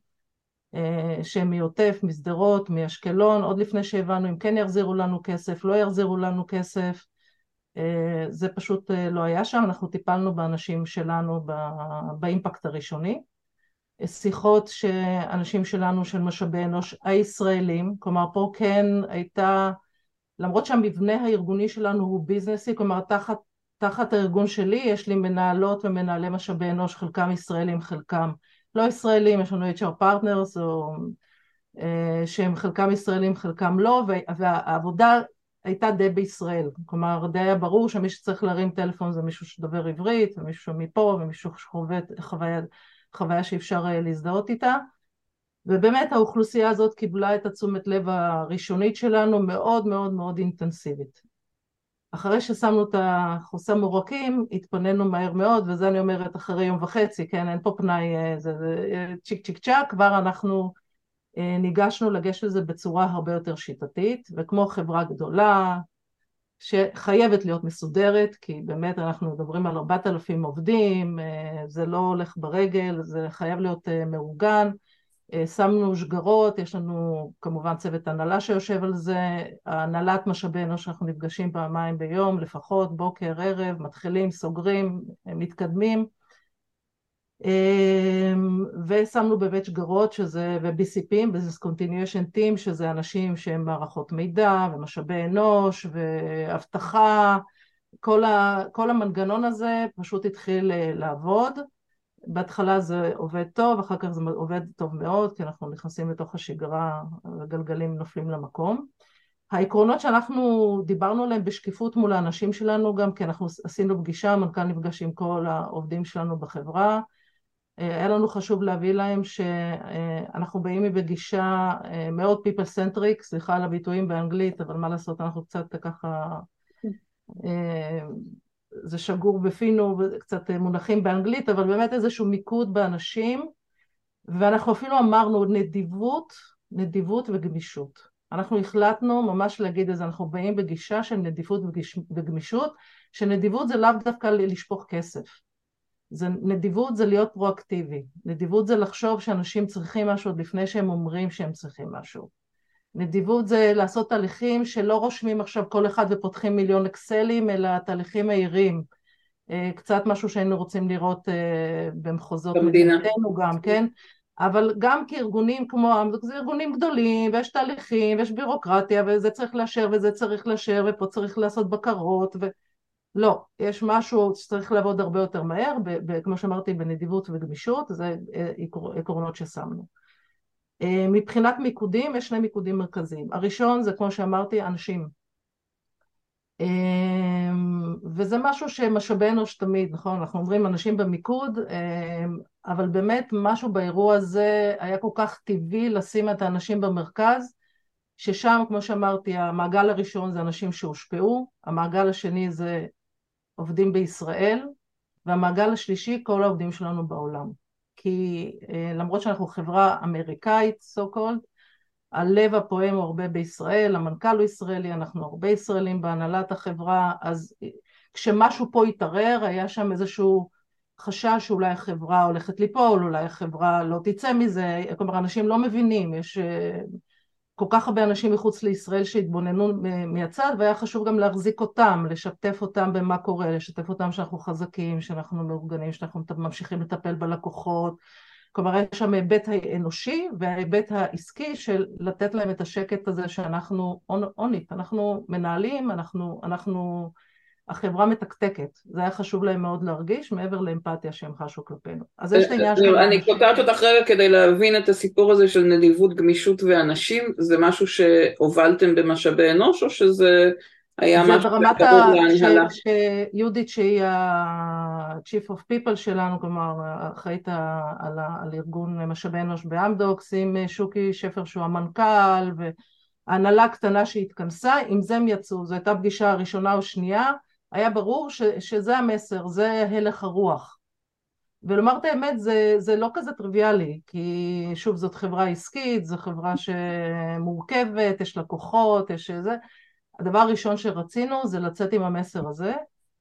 שהם מעוטף, מסדרות, מאשקלון, עוד לפני שהבנו אם כן יחזירו לנו כסף, לא יחזירו לנו כסף, זה פשוט לא היה שם. אנחנו טיפלנו באנשים שלנו באימפקט הראשוני, שיחות שאנשים שלנו של משאבי אנוש הישראלים, כלומר פה כן הייתה, למרות שהמבנה הארגוני שלנו הוא ביזנסי, כלומר תחת הארגון שלי יש לי מנהלות ומנהלי משאבי אנוש, חלקם ישראלים, חלקם לא ישראלים, יש לנו HR partners או שהם חלקם ישראלים, חלקם לא, והעבודה הייתה די בישראל, כלומר די היה ברור שמי שצריך להרים טלפון זה מישהו שדובר עברית, ומישהו מפה, ומישהו שחווה חוויה שאפשר להזדהות איתה, ובאמת האוכלוסייה הזאת קיבלה את התשומת לב הראשונית שלנו מאוד מאוד מאוד אינטנסיבית. אחרי ששמנו את החוסם מורקים, התפנינו מהר מאוד, וזה אני אומרת אחרי יום וחצי, כן, אין פה פנאי, זה צ'יק צ'יק צ'ק, כבר אנחנו ניגשנו לגשת לזה בצורה הרבה יותר שיטתית, וכמו חברה גדולה שחייבת להיות מסודרת, כי באמת אנחנו מדברים על 4,000 עובדים, זה לא הולך ברגל, זה חייב להיות מאורגן, שמנו שגרות, יש לנו כמובן צוות הנהלה שיושב על זה, הנהלת משאבי אנוש שאנחנו נפגשים פעמיים ביום, לפחות בוקר, ערב, מתחילים, סוגרים, מתקדמים, ושמנו באמת שגרות שזה, ו-BCPים, Business Continuation Team, שזה אנשים שהם מערכות מידע ומשאבי אנוש והבטחה, כל המנגנון הזה פשוט התחיל לעבוד. בהתחלה זה עובד טוב, אחר כך זה עובד טוב מאוד, כי אנחנו נכנסים לתוך השגרה, הגלגלים נופלים למקום. העקרונות שאנחנו דיברנו עליהם בשקיפות מול האנשים שלנו, גם כי אנחנו עשינו פגישה, המנכ"ל נפגש עם כל העובדים שלנו בחברה, היה לנו חשוב להביא להם שאנחנו באים בגישה מאוד people centric, סליחה על הביטויים באנגלית, אבל מה לעשות, אנחנו קצת ככה, זה שגור בפינו, קצת מונחים באנגלית, אבל באמת איזשהו מיקוד באנשים, ואנחנו אפילו אמרנו נדיבות וגמישות. אנחנו החלטנו ממש להגיד את זה, אנחנו באים בגישה של נדיבות וגמישות, שנדיבות זה לאו דווקא לשפוך כסף. נדיבות זה להיות פרואקטיבי, נדיבות זה לחשוב שאנשים צריכים משהו עוד לפני שהם אומרים שהם צריכים משהו. נדיבות זה לעשות תהליכים שלא רושמים עכשיו כל אחד ופותחים מיליון אקסלים, אלא תהליכים מהירים, קצת משהו שהיינו רוצים לראות במחוזות מדינתנו גם, כן? אבל גם כארגונים כמו, זה ארגונים גדולים, ויש תהליכים, ויש בירוקרטיה, וזה צריך לאשר וזה צריך לאשר, ופה צריך לעשות בקרות, לא, יש משהו שצריך לעבוד הרבה יותר מהר, כמו שאמרתי, בנדיבות וגמישות, זה עקרונות ששמנו. מבחינת מיקודים, יש שני מיקודים מרכזיים. הראשון זה, כמו שאמרתי, אנשים. וזה משהו שמשאבי אנוש תמיד, נכון? אנחנו אומרים אנשים במיקוד, אבל באמת משהו באירוע הזה היה כל כך טבעי לשים את האנשים במרכז, ששם, כמו שאמרתי, המעגל הראשון זה אנשים שהושפעו, המעגל השני זה עובדים בישראל, והמעגל השלישי כל העובדים שלנו בעולם. כי למרות שאנחנו חברה אמריקאית, so called, הלב הפועם הוא הרבה בישראל, המנכ"ל הוא ישראלי, אנחנו הרבה ישראלים בהנהלת החברה, אז כשמשהו פה התערער, היה שם איזשהו חשש שאולי החברה הולכת ליפול, אולי החברה לא תצא מזה, כלומר אנשים לא מבינים, יש כל כך הרבה אנשים מחוץ לישראל שהתבוננו מהצד, והיה חשוב גם להחזיק אותם, לשתף אותם במה קורה, לשתף אותם שאנחנו חזקים, שאנחנו מאורגנים, שאנחנו ממשיכים לטפל בלקוחות, כלומר, יש שם היבט האנושי וההיבט העסקי של לתת להם את השקט הזה שאנחנו אונית, אנחנו מנהלים, החברה מתקתקת. זה היה חשוב להם מאוד להרגיש, מעבר לאמפתיה שהם חשו כלפינו. אז יש את העניין של... אני קוטעת אותך רגע כדי להבין את הסיפור הזה של נדיבות, גמישות ואנשים, זה משהו שהובלתם במשאבי אנוש, או שזה היה משהו... זה ברמת שיהודית, שהיא ה-Chief of People שלנו, כלומר, אחראית על ארגון משאבי אנוש באמדוקס, עם שוקי שפר שהוא המנכ"ל, וההנהלה קטנה שהתכנסה, עם זה הם יצאו, זו הייתה פגישה הראשונה או שנייה, היה ברור שזה המסר, זה הלך הרוח. ולומר את האמת, זה לא כזה טריוויאלי, כי שוב, זאת חברה עסקית, זו חברה שמורכבת, יש לקוחות, יש זה. הדבר הראשון שרצינו זה לצאת עם המסר הזה.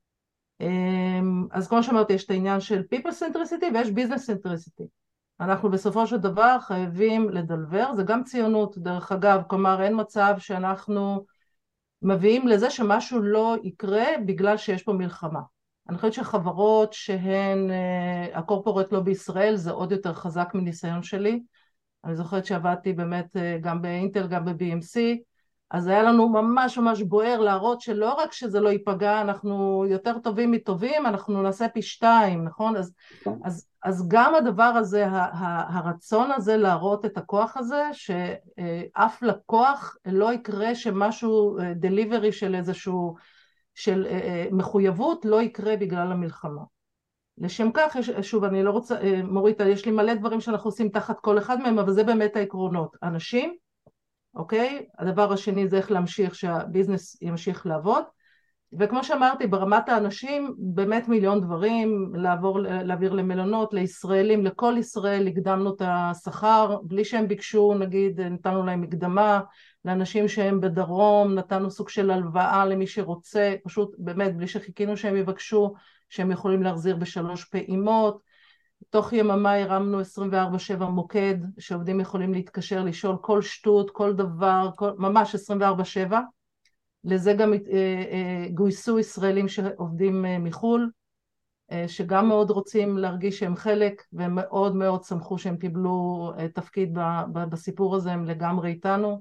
אז כמו שאמרתי, יש את העניין של people centricity ויש business centricity. אנחנו בסופו של דבר חייבים לדלבר, זה גם ציונות דרך אגב, כלומר אין מצב שאנחנו מביאים לזה שמשהו לא יקרה בגלל שיש פה מלחמה. אני חושבת שחברות שהן, הקורפורט לא בישראל, זה עוד יותר חזק מניסיון שלי. אני זוכרת שעבדתי באמת גם באינטל, גם ב-BMC, אז היה לנו ממש ממש בוער להראות שלא רק שזה לא ייפגע, אנחנו יותר טובים מטובים, אנחנו נעשה פי 2, נכון? אז גם הדבר הזה, הרצון הזה להראות את הכוח הזה, שאף לקוח לא יקרה שמשהו, דליברי של איזשהו, של מחויבות, לא יקרה בגלל המלחמה. לשם כך, שוב, אני לא רוצה, מורית, יש לי מלא דברים שאנחנו עושים תחת כל אחד מהם, אבל זה באמת העקרונות. אנשים, אוקיי? הדבר השני זה איך להמשיך שהביזנס ימשיך לעבוד, וכמו שאמרתי, ברמת האנשים, באמת מיליון דברים, להעביר למלונות, לישראלים, לכל ישראל, הקדמנו את השכר, בלי שהם ביקשו, נגיד, נתנו להם מקדמה, לאנשים שהם בדרום, נתנו סוג של הלוואה למי שרוצה, פשוט באמת, בלי שחיכינו שהם יבקשו, שהם יכולים להחזיר ב3 פעימות, תוך יממה הרמנו 24/7 מוקד, שעובדים יכולים להתקשר, לשאול כל שטות, כל דבר, ממש 24/7, לזה גם גויסו ישראלים שעובדים מחול, שגם מאוד רוצים להרגיש שהם חלק, והם מאוד מאוד שמחו שהם קיבלו תפקיד בסיפור הזה, הם לגמרי איתנו.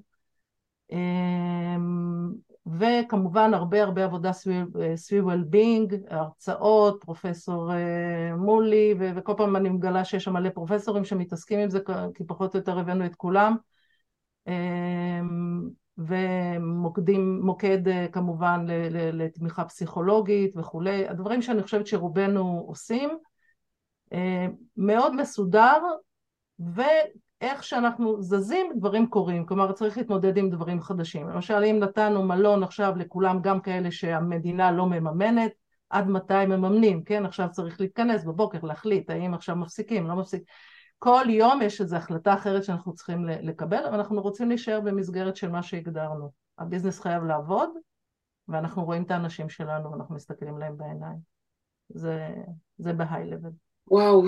וכמובן הרבה עבודה סביב well-being, הרצאות, פרופסור מולי, וכל פעם אני מגלה שיש שם מלא פרופסורים שמתעסקים עם זה, כי פחות או יותר הבאנו את כולם. ומוקד כמובן לתמיכה פסיכולוגית וכולי, הדברים שאני חושבת שרובנו עושים, מאוד מסודר, ואיך שאנחנו זזים דברים קורים, כלומר צריך להתמודד עם דברים חדשים. למשל אם נתנו מלון עכשיו לכולם, גם כאלה שהמדינה לא מממנת, עד מתי מממנים, כן? עכשיו צריך להתכנס בבוקר, להחליט האם עכשיו מפסיקים, לא מפסיקים. כל יום יש איזו החלטה אחרת שאנחנו צריכים לקבל, אבל אנחנו רוצים להישאר במסגרת של מה שהגדרנו. הביזנס חייב לעבוד, ואנחנו רואים את האנשים שלנו, ואנחנו מסתכלים להם בעיניים. זה בהיי לבל. וואו.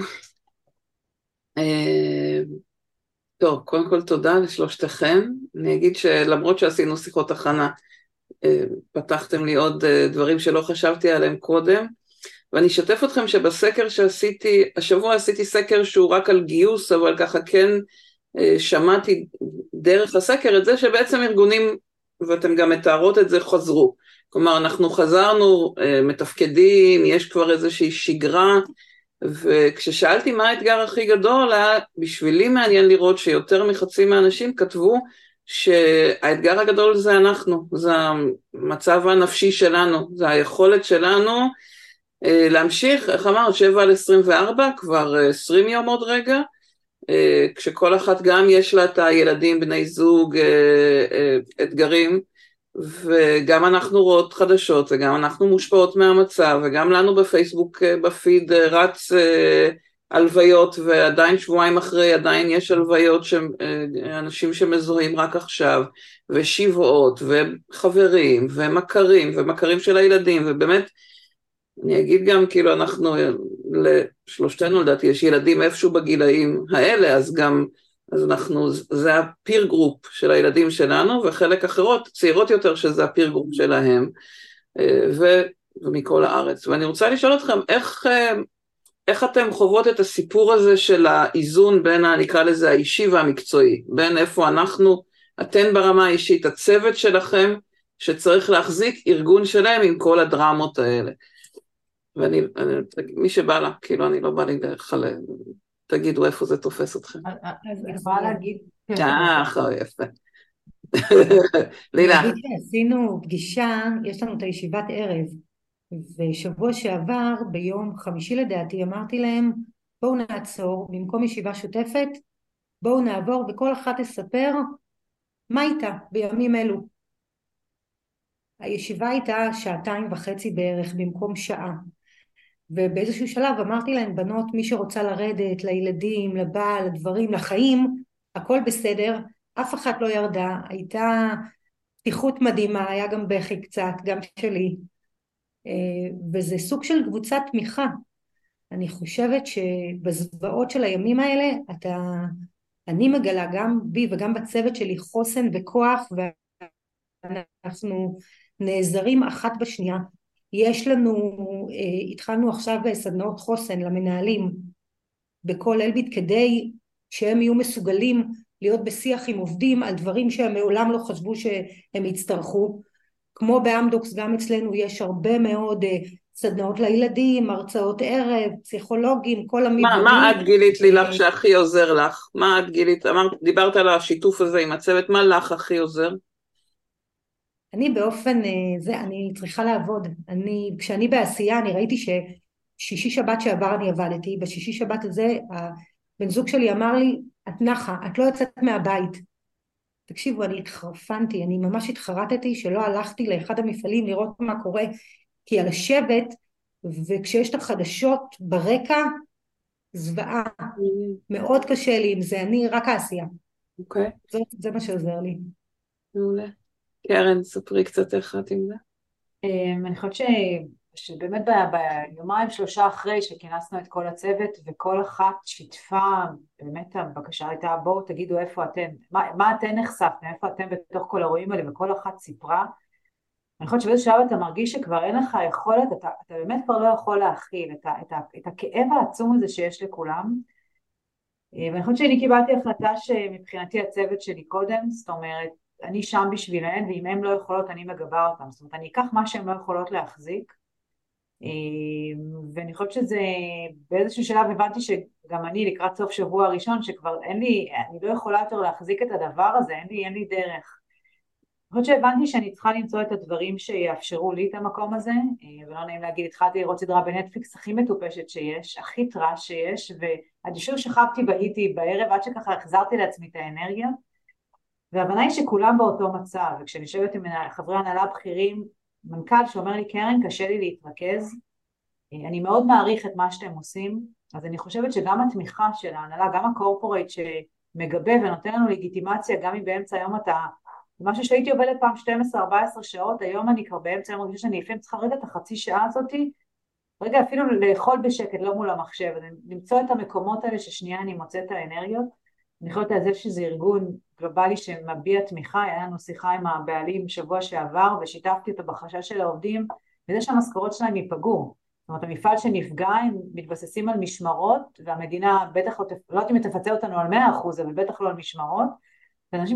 טוב, קודם כל תודה לשלושתכם. אני אגיד שלמרות שעשינו שיחות הכנה, פתחתם לי עוד דברים שלא חשבתי עליהם קודם, ואני אשתף אתכם שבסקר שעשיתי, השבוע עשיתי סקר שהוא רק על גיוס, אבל ככה כן שמעתי דרך הסקר את זה שבעצם ארגונים, ואתם גם מתארות את זה, חזרו. כלומר, אנחנו חזרנו, מתפקדים, יש כבר איזושהי שגרה, וכששאלתי מה האתגר הכי גדול, בשבילי מעניין לראות שיותר מחצי מהאנשים כתבו שהאתגר הגדול זה אנחנו, זה המצב הנפשי שלנו, זה היכולת שלנו, להמשיך, איך אמרת, 7/24, כבר 20 יום עוד רגע, כשכל אחת גם יש לה את הילדים, בני זוג, אתגרים, וגם אנחנו רואות חדשות, וגם אנחנו מושפעות מהמצב, וגם לנו בפייסבוק, בפיד רץ הלוויות, ועדיין שבועיים אחרי עדיין יש הלוויות, אנשים שמזוהים רק עכשיו, ושבעות, וחברים, ומכרים של הילדים, ובאמת, אני אגיד גם, כאילו אנחנו, לשלושתנו לדעתי, יש ילדים איפשהו בגילאים האלה, אז גם, אז אנחנו, זה הפיר גרופ של הילדים שלנו, וחלק אחרות, צעירות יותר, שזה הפיר גרופ שלהם, ומכל הארץ. ואני רוצה לשאול אתכם, איך אתם חוות את הסיפור הזה של האיזון בין, נקרא לזה, האישי והמקצועי, בין איפה אנחנו, אתן ברמה האישית, הצוות שלכם, שצריך להחזיק ארגון שלם עם כל הדרמות האלה. מי שבא לה, כאילו אני לא בא לי תגידו איפה זה תופס אתכם. אני יכולה להגיד, יפה. אני לילה. אגיד שעשינו פגישה, יש לנו את הישיבת ערב, ושבוע שעבר, ביום חמישי לדעתי, אמרתי להם, בואו נעצור, במקום ישיבה שוטפת, בואו נעבור וכל אחת תספר מה איתה בימים אלו. הישיבה הייתה 2.5 בערך במקום שעה. ובאיזשהו שלב אמרתי להם, בנות, מי שרוצה לרדת, לילדים, לבעל, לדברים, לחיים, הכל בסדר, אף אחת לא ירדה, הייתה פתיחות מדהימה, היה גם בכי קצת, גם שלי, וזה סוג של קבוצת תמיכה. אני חושבת שבזוועות של הימים האלה, אני מגלה גם בי וגם בצוות שלי חוסן וכוח, ואנחנו נעזרים אחת בשנייה. יש לנו, התחלנו עכשיו סדנאות חוסן למנהלים בכל אלביט, כדי שהם יהיו מסוגלים להיות בשיח עם עובדים על דברים שהם מעולם לא חשבו שהם יצטרכו. כמו באמדוקס, גם אצלנו יש הרבה מאוד סדנאות לילדים, הרצאות ערב, פסיכולוגים, כל המבנים. מה את גילית לי לך שהכי עוזר לך? מה את גילית? דיברת על השיתוף הזה עם הצוות, מה לך הכי עוזר? אני באופן זה, אני צריכה לעבוד. כשאני בעשייה, אני ראיתי ששישי שבת שעבר אני עבדתי, בשישי שבת הזה, הבן זוג שלי אמר לי, את נחה, את לא יוצאת מהבית. תקשיבו, אני התחרפנתי, אני ממש התחרטתי שלא הלכתי לאחד המפעלים לראות מה קורה, כי על השבט, וכשיש את החדשות ברקע, זוועה, מאוד קשה לי עם זה, אני רק העשייה. אוקיי. זה מה שעוזר לי. מעולה. קרן, ספרי קצת איך את עם זה. אני חושבת שבאמת ביומיים 3 אחרי שכינסנו את כל הצוות, וכל אחת שיתפה, באמת הבקשה הייתה, בואו תגידו איפה אתן, מה אתן נחשפתם, איפה אתן בתוך כל האירועים האלה, וכל אחת סיפרה. אני חושבת שבאיזשהו שלב אתה מרגיש שכבר אין לך יכולת, אתה באמת כבר לא יכול להכיל את הכאב העצום הזה שיש לכולם. ואני חושבת שאני קיבלתי החלטה שמבחינתי הצוות שלי קודם, זאת אומרת, אני שם בשבילהן, ואם הן לא יכולות אני מגבה אותן, זאת אומרת אני אקח מה שהן לא יכולות להחזיק, ואני חושבת שזה, באיזשהו שלב הבנתי שגם אני לקראת סוף שבוע הראשון, שכבר אין לי, אני לא יכולה יותר להחזיק את הדבר הזה, אין לי דרך. אני חושבת שהבנתי שאני צריכה למצוא את הדברים שיאפשרו לי את המקום הזה, ולא נעים להגיד, התחלתי לראות סדרה בנטפליקס הכי מטופשת שיש, הכי טרש שיש, ועד שוב שכבתי בהיתי בערב, עד שככה החזרתי לעצמי את האנרגיה, והבנה היא שכולם באותו מצב, וכשאני יושבת עם חברי הנהלה בכירים, מנכ"ל שאומר לי, קרן, קשה לי להתרכז, אני מאוד מעריך את מה שאתם עושים, אז אני חושבת שגם התמיכה של ההנהלה, גם הקורפורייט שמגבה ונותן לנו לגיטימציה, גם אם באמצע היום אתה, משהו שהייתי עובדת פעם 12-14 שעות, היום אני כבר באמצע היום מרגישה שאני לפעמים צריכה רגע את החצי שעה הזאת, רגע אפילו לאכול בשקט, לא מול המחשב, למצוא את המקומות האלה ששנייה אני מוצאת את האנרגיות. אני חושבת על זה שזה ארגון גלובלי שמביע תמיכה, היה לנו שיחה עם הבעלים שבוע שעבר, ושיתפתי אותו בחשש של העובדים, וזה שהמשכורות שלהם ייפגעו. זאת אומרת, המפעל שנפגע, הם מתבססים על משמרות, והמדינה בטח לא יודעת אם תפצה אותנו על 100%, אבל בטח לא על משמרות, ואנשים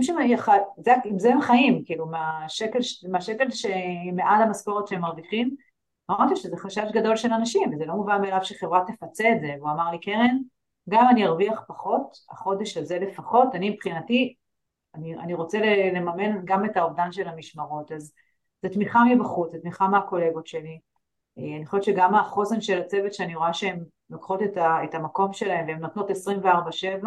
עם זה הם חיים, כאילו, מהשקל שמעל המשכורת שהם מרוויחים, אמרתי שזה חשש גדול של אנשים, וזה לא מובן מאליו שחברה תפצה את זה, והוא אמר לי, קרן, גם אני ארוויח פחות, החודש הזה לפחות, אני מבחינתי, אני רוצה לממן גם את האובדן של המשמרות, אז זה תמיכה מבחוץ, זה תמיכה מהקולגות שלי, אני חושבת שגם החוסן של הצוות שאני רואה שהן לוקחות את המקום שלהן, והן נותנות 24/7,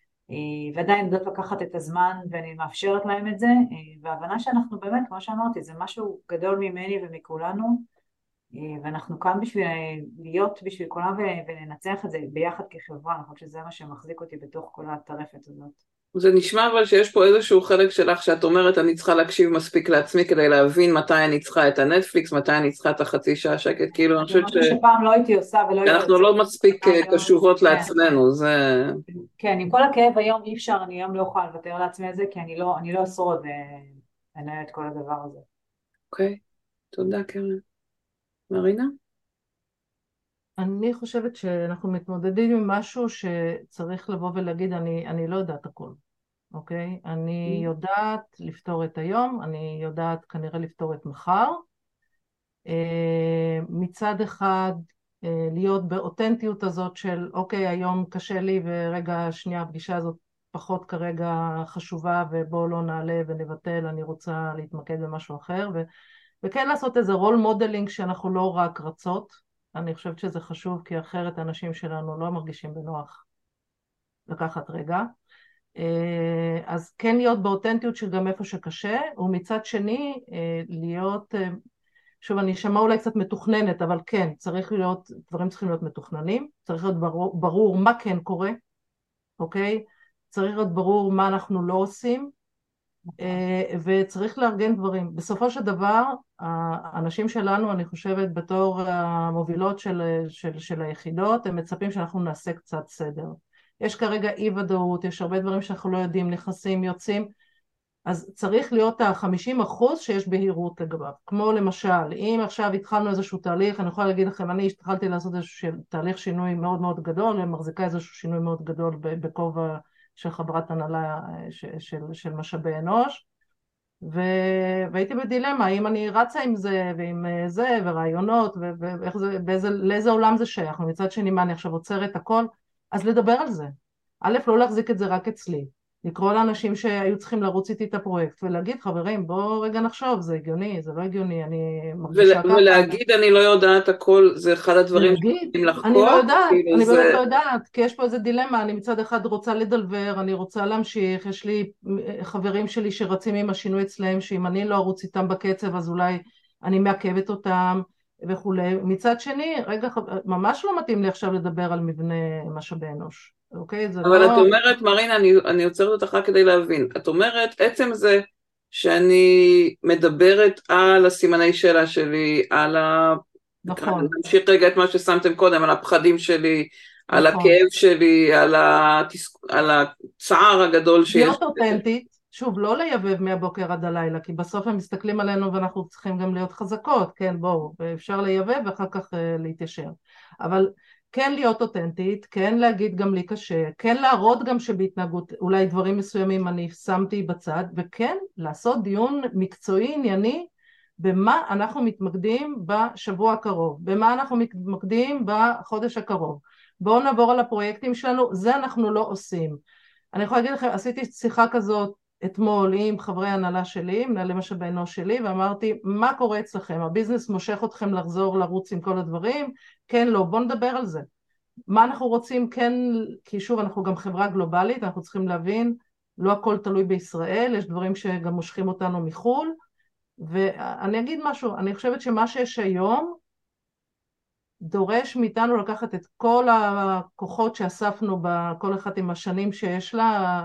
ועדיין יודעות לקחת את הזמן, ואני מאפשרת להם את זה, וההבנה שאנחנו באמת, כמו שאמרתי, זה משהו גדול ממני ומכולנו, ואנחנו כאן בשביל להיות בשביל כולם ולנצח את זה ביחד כחברה, אני חושבת שזה מה שמחזיק אותי בתוך כל הטרפת הזאת. זה נשמע אבל שיש פה איזשהו חלק שלך שאת אומרת אני צריכה להקשיב מספיק לעצמי כדי להבין מתי אני צריכה את הנטפליקס, מתי אני צריכה את החצי שעה שקט, כאילו אני חושבת שפעם לא הייתי עושה ולא הייתי אנחנו לא מספיק קשובות לעצמנו, זה... כן, עם כל הכאב היום אי אפשר, אני היום לא יכולה לוותר לעצמי את זה, כי אני לא אשרוד לנהל את כל הדבר הזה. אוקיי, תודה קרן. מרינה? אני חושבת שאנחנו מתמודדים עם משהו שצריך לבוא ולהגיד, אני לא יודעת הכל, אוקיי? אני יודעת לפתור את היום, אני יודעת כנראה לפתור את מחר. מצד אחד, להיות באותנטיות הזאת של, אוקיי, היום קשה לי ורגע שנייה הפגישה הזאת פחות כרגע חשובה ובואו לא נעלה ונבטל, אני רוצה להתמקד במשהו אחר, וכן לעשות איזה רול מודלינג שאנחנו לא רק רצות. אני חושבת שזה חשוב, כי אחרת האנשים שלנו לא מרגישים בנוח לקחת רגע. אז כן להיות באותנטיות של גם איפה שקשה, ומצד שני להיות, שוב אני אשמע אולי קצת מתוכננת, אבל כן, צריך להיות, דברים צריכים להיות מתוכננים, צריך להיות ברור מה כן קורה, אוקיי? צריך להיות ברור מה אנחנו לא עושים, וצריך לארגן דברים. בסופו של דבר, האנשים שלנו, אני חושבת, בתור המובילות של היחידות, הם מצפים שאנחנו נעשה קצת סדר. יש כרגע אי ודאות, יש הרבה דברים שאנחנו לא יודעים, נכנסים, יוצאים, אז צריך להיות ה-50% שיש בהירות לגביו. כמו למשל, אם עכשיו התחלנו איזשהו תהליך, אני יכולה להגיד לכם, אני התחלתי לעשות איזשהו תהליך שינוי מאוד מאוד גדול, ומחזיקה איזשהו שינוי מאוד גדול בכובע של חברת הנהלה של משאבי אנוש, והייתי בדילמה, האם אני רצה עם זה, ועם זה, ורעיונות, ואיך זה, לאיזה עולם זה שייך, ומצד שני, מה אני עכשיו עוצרת הכל, אז לדבר על זה. א', לא להחזיק את זה רק אצלי, לקרוא לאנשים שהיו צריכים לרוץ איתי את הפרויקט, ולהגיד, חברים, בואו רגע נחשוב, זה הגיוני, זה לא הגיוני, אני מרגישה ככה. ולהגיד אני לא יודעת הכל, זה אחד הדברים שצריכים אני לא לחקור, יודעת, כאילו אני זה... באמת לא יודעת, כי יש פה איזה דילמה, אני מצד אחד רוצה לדלבר, אני רוצה להמשיך, יש לי חברים שלי שרצים עם השינוי אצלהם, שאם אני לא ארוץ איתם בקצב, אז אולי אני מעכבת אותם וכולי. מצד שני, רגע, ממש לא מתאים לי עכשיו לדבר על מבנה משאבי אנוש, אוקיי? זה אבל לא... את אומרת, מרינה, אני עוצרת אותך רק כדי להבין, את אומרת, עצם זה שאני מדברת על הסימני שאלה שלי, על נכון. נמשיך רגע את מה ששמתם קודם, על הפחדים שלי, על נכון. הכאב שלי, על הצער הגדול שיש. להיות אותנטית, שוב, לא לייבב מהבוקר עד הלילה, כי בסוף הם מסתכלים עלינו ואנחנו צריכים גם להיות חזקות, כן, בואו, אפשר לייבב ואחר כך להתיישר. אבל כן להיות אותנטית, כן להגיד גם לי קשה, כן להראות גם שבהתנהגות, אולי דברים מסוימים אני שמתי בצד, וכן לעשות דיון מקצועי ענייני, במה אנחנו מתמקדים בשבוע הקרוב, במה אנחנו מתמקדים בחודש הקרוב. בואו נעבור על הפרויקטים שלנו, זה אנחנו לא עושים. אני יכולה להגיד לכם, עשיתי שיחה כזאת אתמול עם חברי הנהלה שלי, מנהלי משאבי אנוש שלי, ואמרתי, מה קורה אצלכם? הביזנס מושך אתכם לחזור לרוץ עם כל הדברים? כן, לא, בואו נדבר על זה. מה אנחנו רוצים, כן, כי שוב, אנחנו גם חברה גלובלית, אנחנו צריכים להבין, לא הכל תלוי בישראל, יש דברים שגם מושכים אותנו מחול, ואני אגיד משהו, אני חושבת שמה שיש היום, דורש מאיתנו לקחת את כל הכוחות שאספנו בכל אחת עם השנים שיש לה,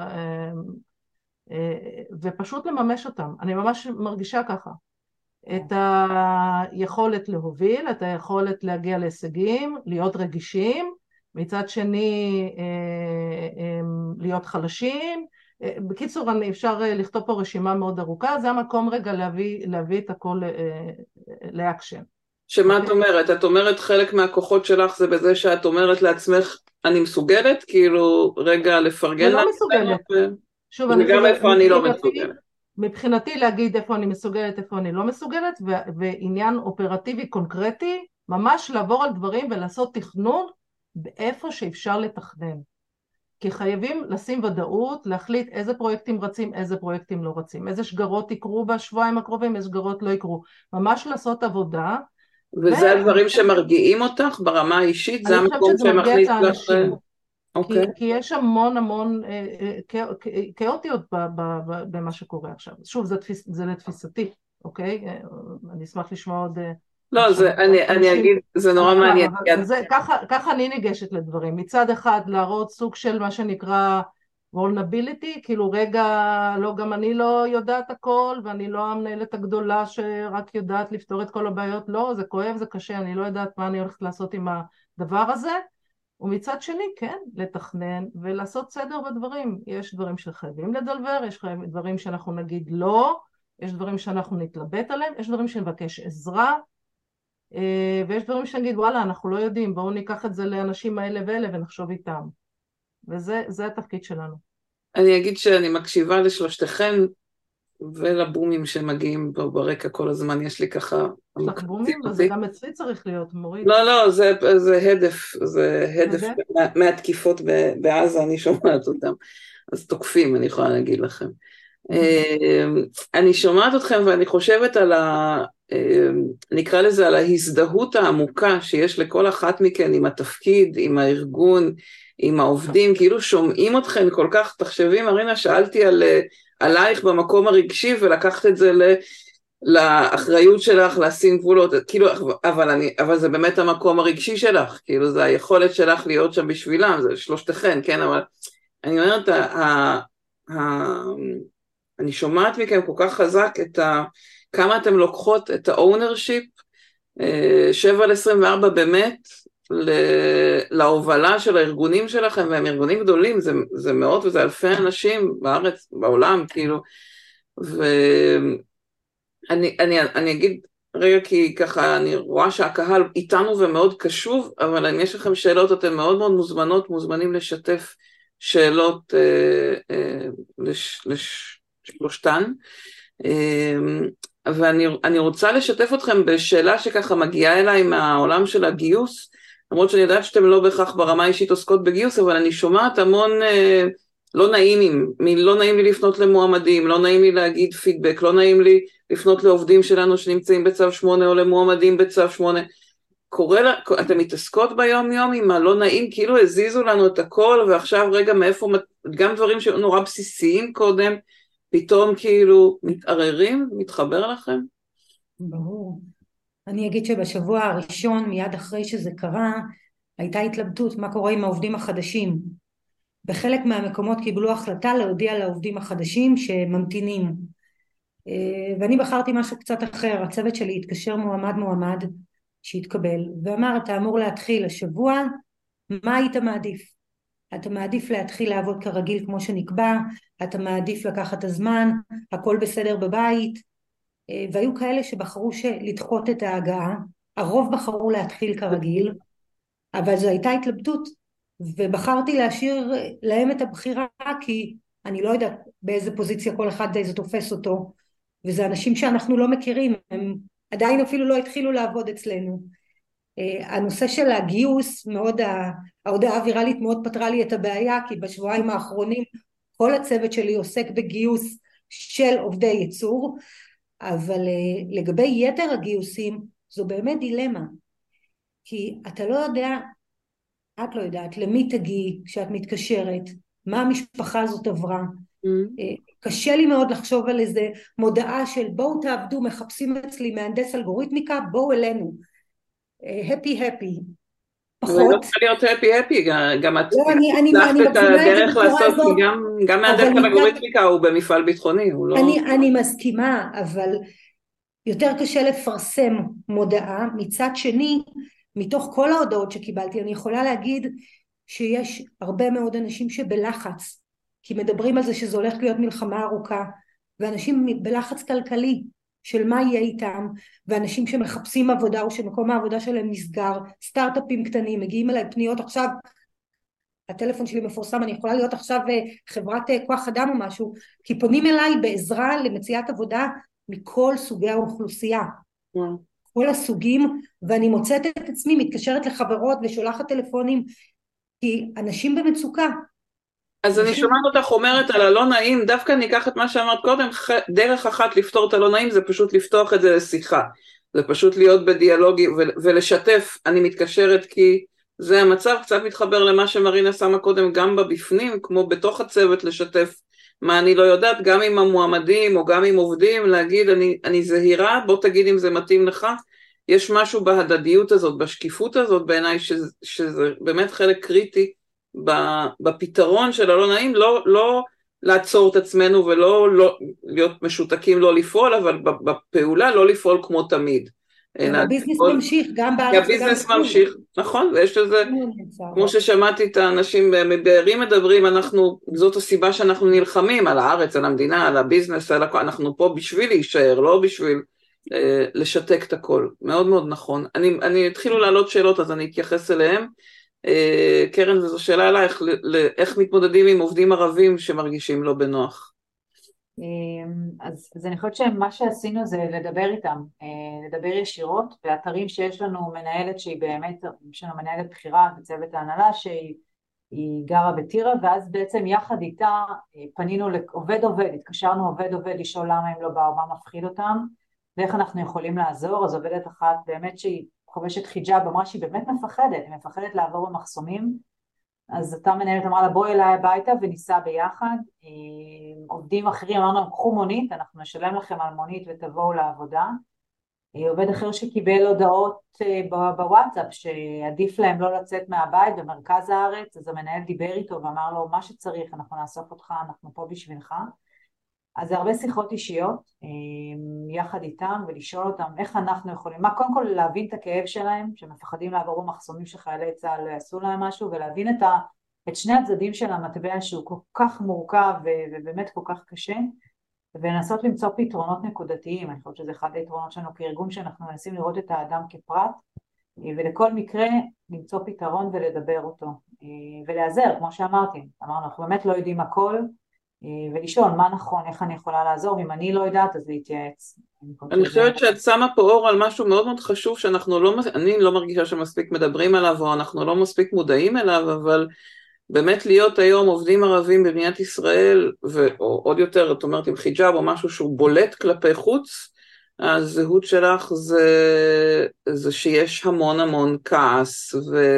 ופשוט לממש אותם. אני ממש מרגישה ככה. את היכולת להוביל, את היכולת להגיע להישגים, להיות רגישים, מצד שני להיות חלשים. בקיצור, אפשר לכתוב פה רשימה מאוד ארוכה, זה המקום רגע להביא את הכל לאקשן. שמה את אומרת? את אומרת חלק מהכוחות שלך זה בזה שאת אומרת לעצמך, אני מסוגלת, כאילו רגע לפרגן לא מסוגלת. שוב, וגם איפה אני לא מסוגלת. מבחינתי להגיד איפה אני מסוגלת, איפה אני לא מסוגלת, ועניין אופרטיבי קונקרטי, ממש לעבור על דברים ולעשות תכנון באיפה שאפשר לתכנן. כי חייבים לשים ודאות, להחליט איזה פרויקטים רצים, איזה פרויקטים לא רצים, איזה שגרות יקרו בשבועיים הקרובים, איזה שגרות לא יקרו. ממש לעשות עבודה. וזה הדברים שמרגיעים אותך ברמה האישית? זה המקום שמכניס לך... כי יש המון כאוטיות במה שקורה עכשיו. שוב, זה לתפיסתי, אוקיי? אני אשמח לשמוע עוד... לא, אני אגיד, זה נורא מעניין. ככה אני ניגשת לדברים. מצד אחד להראות סוג של מה שנקרא vulnerability, כאילו רגע, לא, גם אני לא יודעת הכל, ואני לא המנהלת הגדולה שרק יודעת לפתור את כל הבעיות, לא, זה כואב, זה קשה, אני לא יודעת מה אני הולכת לעשות עם הדבר הזה, ומצד שני, כן, לתכנן ולעשות סדר בדברים. יש דברים שחייבים לדלבר, יש דברים שאנחנו נגיד לא, יש דברים שאנחנו נתלבט עליהם, יש דברים שנבקש עזרה, ויש דברים שנגיד, וואלה, אנחנו לא יודעים, בואו ניקח את זה לאנשים האלה ואלה ונחשוב איתם. וזה התפקיד שלנו. אני אגיד שאני מקשיבה לשלושתכם, ולבומים שמגיעים פה ברקע כל הזמן, יש לי ככה... יש לך בומים, וזה גם אצלי צריך להיות, מורית. לא, זה הדף מהתקיפות בעזה, אני שומעת אותם. אז תוקפים, אני יכולה להגיד לכם. אני שומעת אתכם ואני חושבת על נקרא לזה, על ההזדהות העמוקה שיש לכל אחת מכן עם התפקיד, עם הארגון, עם העובדים, כאילו שומעים אתכם כל כך, תחשבי מרינה, שאלתי עלייך במקום הרגשי ולקחת את זה לאחריות שלך, לשים גבולות, כאילו, אבל זה באמת המקום הרגשי שלך, כאילו זה היכולת שלך להיות שם בשבילם, זה שלושתכן, כן, אבל אני אומרת, אני שומעת מכם כל כך חזק כמה אתם לוקחות את ה-ownership, 7-24 באמת, להובלה של הארגונים שלכם, והם ארגונים גדולים, זה מאות וזה אלפי אנשים בארץ, בעולם, כאילו, אני אגיד רגע, כי ככה אני רואה שהקהל איתנו ומאוד קשוב, אבל אם יש לכם שאלות, אתם מאוד מאוד מוזמנים לשתף שאלות לשלושתן, ואני רוצה לשתף אתכם בשאלה שככה מגיעה אליי מהעולם של הגיוס, למרות שאני יודעת שאתם לא בהכרח ברמה אישית עוסקות בגיוס, אבל אני שומעת המון לא נעימים, לא נעים לי לפנות למועמדים, לא נעים לי להגיד פידבק, לא נעים לי לפנות לעובדים שלנו שנמצאים בצו 8 או למועמדים בצו 8, אתם מתעסקות ביום יום עם הלא נעים, כאילו הזיזו לנו את הכל, ועכשיו רגע מאיפה, גם דברים שנורא בסיסיים קודם, פתאום כאילו מתערערים, מתחבר לכם? ברור. אני אגיד שבשבוע הראשון, מיד אחרי שזה קרה, הייתה התלבטות מה קורה עם העובדים החדשים. בחלק מהמקומות קיבלו החלטה להודיע לעובדים החדשים שממתינים. ואני בחרתי משהו קצת אחר, הצוות שלי התקשר מועמד שהתקבל, ואמר, אתה אמור להתחיל השבוע, מה היית מעדיף? אתה מעדיף להתחיל לעבוד כרגיל כמו שנקבע, אתה מעדיף לקחת את הזמן, הכל בסדר בבית, והיו כאלה שבחרו לדחות את ההגעה, הרוב בחרו להתחיל כרגיל, אבל זו הייתה התלבטות, ובחרתי להשאיר להם את הבחירה, כי אני לא יודעת באיזה פוזיציה כל אחד זה תופס אותו, וזה אנשים שאנחנו לא מכירים, הם עדיין אפילו לא התחילו לעבוד אצלנו. הנושא של הגיוס, ההודעה הווירלית מאוד פתרה לי את הבעיה, כי בשבועיים האחרונים כל הצוות שלי עוסק בגיוס של עובדי ייצור, אבל לגבי יתר הגיוסים זו באמת דילמה, כי אתה לא יודע, את לא יודעת למי תגיעי כשאת מתקשרת, מה המשפחה הזאת עברה, קשה לי מאוד לחשוב על איזה מודעה של בואו תעבדו, מחפשים אצלי מהנדס אלגוריתמיקה, בואו אלינו, הפי, פחות. לא צריכה להיות הפי, גם את הצלחת את הדרך לעשות, גם מהנדס אלגוריתמיקה הוא במפעל ביטחוני, אני מסכימה, אבל יותר קשה לפרסם מודעה. מצד שני, מתוך כל ההודעות שקיבלתי, אני יכולה להגיד שיש הרבה מאוד אנשים שבלחץ, כי מדברים על זה שזה הולך להיות מלחמה ארוכה, ואנשים בלחץ כלכלי של מה יהיה איתם, ואנשים שמחפשים עבודה או שמקום העבודה שלהם נסגר, סטארט-אפים קטנים, מגיעים אליי פניות עכשיו, הטלפון שלי מפורסם, אני יכולה להיות עכשיו חברת כוח אדם או משהו, כי פונים אליי בעזרה למציאת עבודה מכל סוגי האוכלוסייה, כל הסוגים, ואני מוצאת את עצמי, מתקשרת לחברות ושולחת טלפונים, כי אנשים במצוקה. אז אני שומעת אותך אומרת על הלא נעים, דווקא ניקח את מה שאמרת קודם, דרך אחת לפתור את הלא נעים, זה פשוט לפתוח את זה לשיחה, זה פשוט להיות בדיאלוגי ולשתף, אני מתקשרת כי זה המצב, קצת מתחבר למה שמרינה שמה קודם, גם בבפנים, כמו בתוך הצוות לשתף מה אני לא יודעת, גם עם המועמדים או גם עם עובדים, להגיד אני זהירה, בוא תגיד אם זה מתאים לך, יש משהו בהדדיות הזאת, בשקיפות הזאת בעיניי, שזה באמת חלק קריטי, בפתרון של הלא נעים, לא לעצור את עצמנו ולא להיות משותקים, לא לפעול, אבל בפעולה לא לפעול כמו תמיד. הביזנס ממשיך, גם בארץ וגם הביזנס ממשיך, נכון, ויש לזה, כמו ששמעתי את האנשים מבארים מדברים, זאת הסיבה שאנחנו נלחמים על הארץ, על המדינה, על הביזנס, אנחנו פה בשביל להישאר, לא בשביל לשתק את הכל, מאוד מאוד נכון. אני התחילו לעלות שאלות, אז אני אתייחס אליהם. קרן, וזו שאלה אלייך, איך מתמודדים עם עובדים ערבים שמרגישים לא בנוח? אז אני חושבת שמה שעשינו זה לדבר איתם, לדבר ישירות, באתרים שיש לנו מנהלת שהיא באמת, יש לנו מנהלת בחירה בצוות ההנהלה שהיא גרה בטירה, ואז בעצם יחד איתה פנינו לעובד, התקשרנו עובד לשאול למה הם לא באו, מה מפחיד אותם, ואיך אנחנו יכולים לעזור. אז עובדת אחת באמת שהיא חובשת חיג'אב, אמרה שהיא באמת מפחדת, היא מפחדת לעבור במחסומים, אז אותה מנהלת אמרה לה בואי אליי הביתה וניסע ביחד. עובדים אחרים אמרנו להם קחו מונית, אנחנו נשלם לכם על מונית ותבואו לעבודה. עובד אחר שקיבל הודעות בוואטסאפ שעדיף להם לא לצאת מהבית במרכז הארץ, אז המנהל דיבר איתו ואמר לו מה שצריך אנחנו נאסוף אותך, אנחנו פה בשבילך. אז זה הרבה שיחות אישיות יחד איתם ולשאול אותם איך אנחנו יכולים, קודם כל להבין את הכאב שלהם, שמפחדים לעבור במחסומים שחיילי צה"ל עשו להם משהו, ולהבין את שני הצדדים של המטבע שהוא כל כך מורכב ובאמת כל כך קשה, ולנסות למצוא פתרונות נקודתיים. אני חושבת שזה אחד היתרונות שלנו כארגון, שאנחנו מנסים לראות את האדם כפרט, ולכל מקרה למצוא פתרון ולדבר אותו, ולעזר, כמו שאמרתי, אמרנו, אנחנו באמת לא יודעים הכל, ולשאול מה נכון, איך אני יכולה לעזור, ואם אני לא יודעת אז להתייעץ. אני חושבת שאת שמה פה אור על משהו מאוד מאוד חשוב, אני לא מרגישה שמספיק מדברים עליו, או אנחנו לא מספיק מודעים אליו, אבל באמת להיות היום עובדים ערבים במדינת ישראל, ועוד יותר, את אומרת עם חיג'אב או משהו שהוא בולט כלפי חוץ, הזהות שלך זה שיש המון המון כעס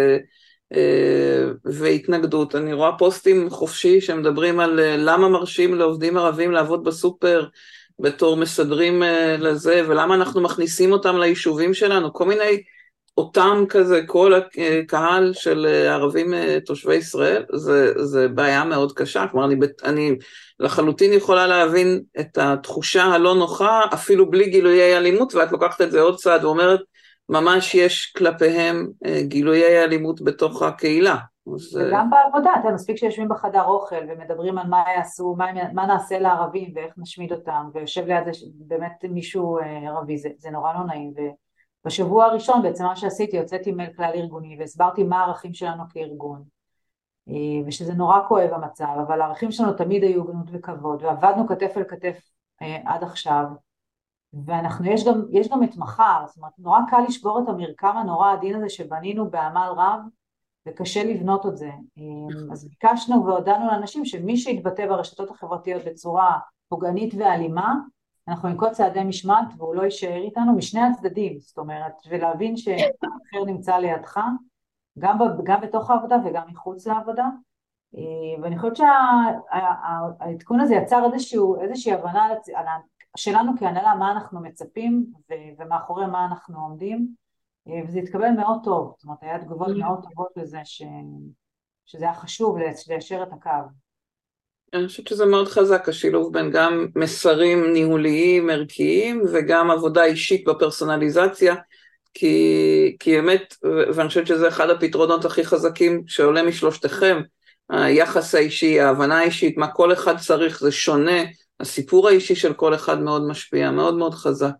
והתנגדות. אני רואה פוסטים חופשי שמדברים על למה מרשים לעובדים ערבים לעבוד בסופר בתור מסדרים לזה, ולמה אנחנו מכניסים אותם ליישובים שלנו, כל מיני אותם כזה, כל הקהל של ערבים תושבי ישראל, זה בעיה מאוד קשה. כלומר, אני לחלוטין יכולה להבין את התחושה הלא נוחה, אפילו בלי גילויי אלימות, ואת לוקחת את זה עוד צעד ואומרת, ממש יש כלפיהם גילויי אלימות בתוך הקהילה. וגם בעבודה, אתה מספיק שיושבים בחדר אוכל ומדברים על מה יעשו, מה נעשה לערבים ואיך נשמיד אותם, ויושב ליד זה באמת מישהו ערבי, זה נורא לא נעים. ובשבוע הראשון בעצם מה שעשיתי, יוצאתי מייל כלל ארגוני והסברתי מה הערכים שלנו כארגון, ושזה נורא כואב המצב, אבל הערכים שלנו תמיד היו הוגנות וכבוד, ועבדנו כתף אל כתף עד עכשיו, ואנחנו, יש גם את מחר, זאת אומרת, נורא קל לשבור את המרקם הנורא עדין הזה שבנינו בעמל רב, וקשה לבנות את זה. אז ביקשנו והודענו לאנשים שמי שהתבטא ברשתות החברתיות בצורה פוגענית ואלימה, אנחנו ננקוט צעדי משמעת והוא לא יישאר איתנו משני הצדדים, זאת אומרת, ולהבין שהאחר נמצא לידך, גם בתוך העבודה וגם מחוץ לעבודה. ואני חושבת שהעדכון הזה יצר איזושהי הבנה שלנו כהנהלה, מה אנחנו מצפים ומאחורי מה אנחנו עומדים, וזה התקבל מאוד טוב. זאת אומרת, היה תגובות מאוד טובות לזה שזה היה חשוב ליישר את הקו. אני חושבת שזה מאוד חזק, השילוב בין גם מסרים ניהוליים, ערכיים, וגם עבודה אישית בפרסונליזציה, כי באמת, ואני חושבת שזה אחד הפתרונות הכי חזקים שעולה משלושתכם, היחס האישי, ההבנה האישית, מה כל אחד צריך, זה שונה, הסיפור האישי של כל אחד מאוד משפיע, מאוד מאוד חזק.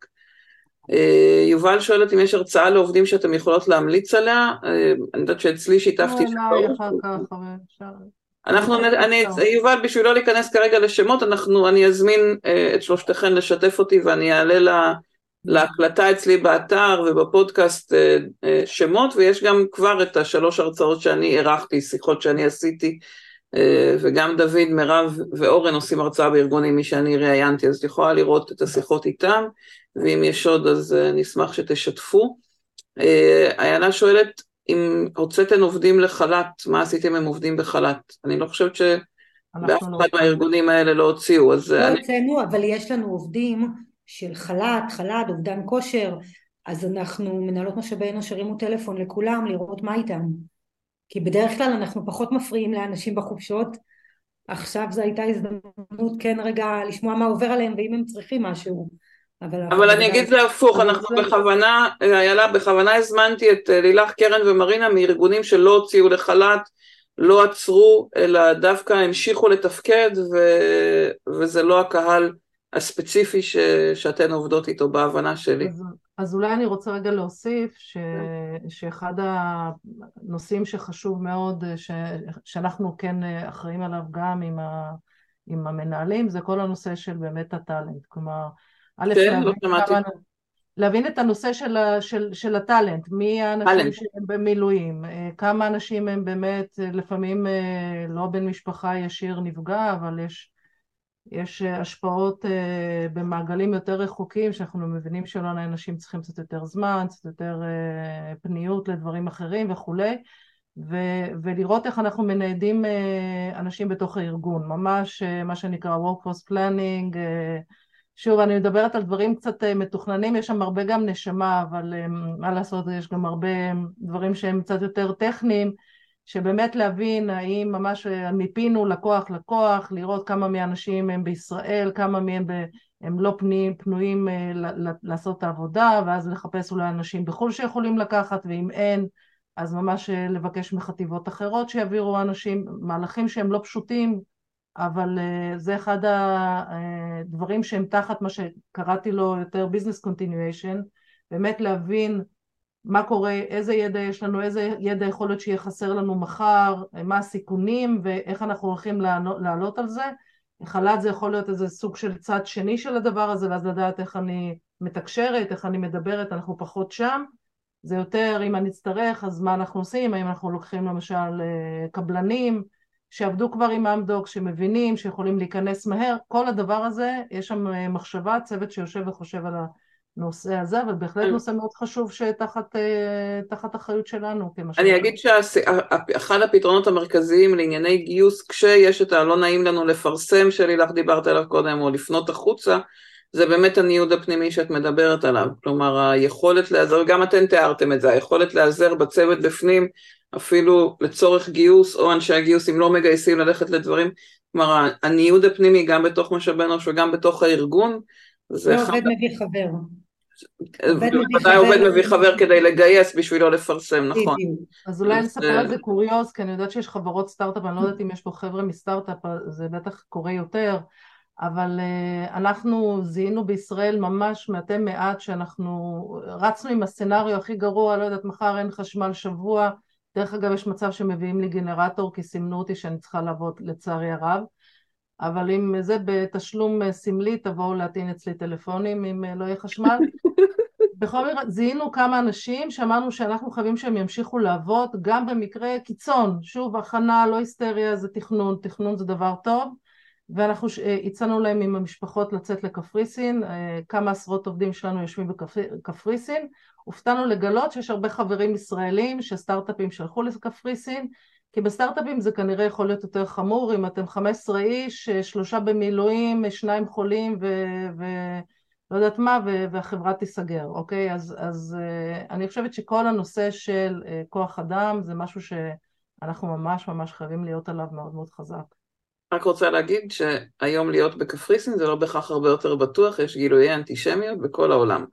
יובל שואלת אם יש הרצאה לעובדים שאתם יכולות להמליץ עליה, אני יודעת שאצלי שיתפתי יובל, בשביל לא להיכנס כרגע לשמות, אני אזמין את שלושתכן לשתף אותי, ואני אעלה להקלטה אצלי באתר ובפודקאסט שמות, ויש גם כבר את 3 הרצאות שאני ערכתי, שיחות שאני עשיתי, וגם דוד, מירב ואורן עושים הרצאה בארגונים, מי שאני ראיינתי, אז יכולה לראות את השיחות איתם, ואם יש עוד אז נשמח שתשתפו. איילה שואלת, אם הוצאתם עובדים לחל"ת, מה עשיתם עם עובדים בחל"ת? אני לא חושבת שבאף אחד מהארגונים האלה לא הוציאו. לא הוצאנו, אבל יש לנו עובדים של חל"ת, אובדן כושר, אז אנחנו מנהלות משאבי אנוש הרימו טלפון לכולם לראות מה איתם. כי בדרך כלל אנחנו פחות מפריעים לאנשים בחופשות, עכשיו זו הייתה הזדמנות כן רגע לשמוע מה עובר עליהם ואם הם צריכים משהו. אבל אני אגיד זה הפוך, אנחנו בכוונה, איילה, בכוונה הזמנתי את לילך, קרן ומרינה מארגונים שלא הוציאו לחל"ת, לא עצרו, אלא דווקא המשיכו לתפקד, וזה לא הקהל הספציפי שאתן עובדות איתו בהבנה שלי. אז אולי אני רוצה רגע להוסיף שאחד הנושאים שחשוב מאוד, שאנחנו כן אחראים עליו גם עם המנהלים, זה כל הנושא של באמת הטלנט. כלומר, א', להבין את הנושא של הטלנט, מי האנשים שהם במילואים, כמה אנשים הם באמת, לפעמים לא בן משפחה ישיר נפגע, אבל יש השפעות במעגלים יותר רחוקים, שאנחנו מבינים שלא אנשים צריכים קצת יותר זמן, קצת יותר פניות לדברים אחרים וכולי, ולראות איך אנחנו מניידים אנשים בתוך הארגון, ממש מה שנקרא workforce planning. שוב, אני מדברת על דברים קצת מתוכננים, יש שם הרבה גם נשמה, אבל מה לעשות, יש גם הרבה דברים שהם קצת יותר טכניים, שבאמת להבין האם ממש מיפינו לקוח, לראות כמה מהאנשים הם בישראל, כמה מהם הם לא פנויים לעשות את העבודה, ואז לחפש אולי אנשים בחו"ל שיכולים לקחת, ואם אין, אז ממש לבקש מחטיבות אחרות שיעבירו אנשים, מהלכים שהם לא פשוטים, אבל זה אחד הדברים שהם תחת מה שקראתי לו יותר business continuation, באמת להבין מה קורה, איזה ידע יש לנו, איזה ידע יכול להיות שיהיה חסר לנו מחר, מה הסיכונים ואיך אנחנו הולכים לעלות על זה. חל"ת זה יכול להיות איזה סוג של צד שני של הדבר הזה, ואז לדעת איך אני מתקשרת, איך אני מדברת, אנחנו פחות שם. זה יותר אם אני אצטרך, אז מה אנחנו עושים, האם אנחנו לוקחים למשל קבלנים שעבדו כבר עם אמדוק, שמבינים, שיכולים להיכנס מהר, כל הדבר הזה, יש שם מחשבה, צוות שיושב וחושב על הנושא הזה, אבל בהחלט נושא מאוד חשוב שתחת אחריות שלנו. אני אגיד שאחד הפתרונות המרכזיים לענייני גיוס, כשיש את הלא נעים לנו לפרסם, שלילך דיברת עליו קודם, או לפנות החוצה, זה באמת הניוד הפנימי שאת מדברת עליו, כלומר היכולת לעזר, גם אתן תיארתם את זה, היכולת לעזר בצוות בפנים, אפילו לצורך גיוס, או אנשי הגיוס אם לא מגייסים ללכת לדברים, כלומר הניוד הפנימי גם בתוך משאבי אנוש וגם בתוך הארגון, זה עובד מביא חבר. בוודאי עובד מביא חבר כדי לגייס בשביל לא לפרסם, נכון. אז אולי נספר על זה קוריוז, כי אני יודעת שיש חברות סטארט-אפ, אני לא יודעת אם יש פה חבר'ה מסטארט-אפ, זה בטח קורה יותר, אבל אנחנו זיהינו בישראל ממש מעטי מעט שאנחנו רצנו עם הסצנריו הכי גרוע, לא יודעת, מחר אין חשמל שבוע, דרך אגב יש מצב שמביאים לי גנרטור כי סימנו אותי שאני צריכה לעבוד לצערי הרב, אבל אם זה בתשלום סמלי תבואו להטעין אצלי טלפונים אם לא יהיה חשמל. בכל מקרה זיהינו כמה אנשים שאמרנו שאנחנו חייבים שהם ימשיכו לעבוד גם במקרה קיצון, שוב הכנה לא היסטריה, זה תכנון זה דבר טוב, ואנחנו הצענו להם עם המשפחות לצאת לקפריסין, כמה עשרות עובדים שלנו יושבים בקפריסין, הופתענו לגלות שיש הרבה חברים ישראלים שסטארט-אפים שלחו לקפריסין, כי בסטארט-אפים זה כנראה יכול להיות יותר חמור, אם אתם 15 איש, 3 במילואים, 2 חולים ולא יודעת מה, והחברה תיסגר, אוקיי? אז אני חושבת שכל הנושא של כוח אדם זה משהו שאנחנו ממש ממש חייבים להיות עליו מאוד מאוד חזק. רק רוצה להגיד שהיום להיות בקפריסין זה לא בהכרח הרבה יותר בטוח, יש גילויי אנטישמיות בכל העולם.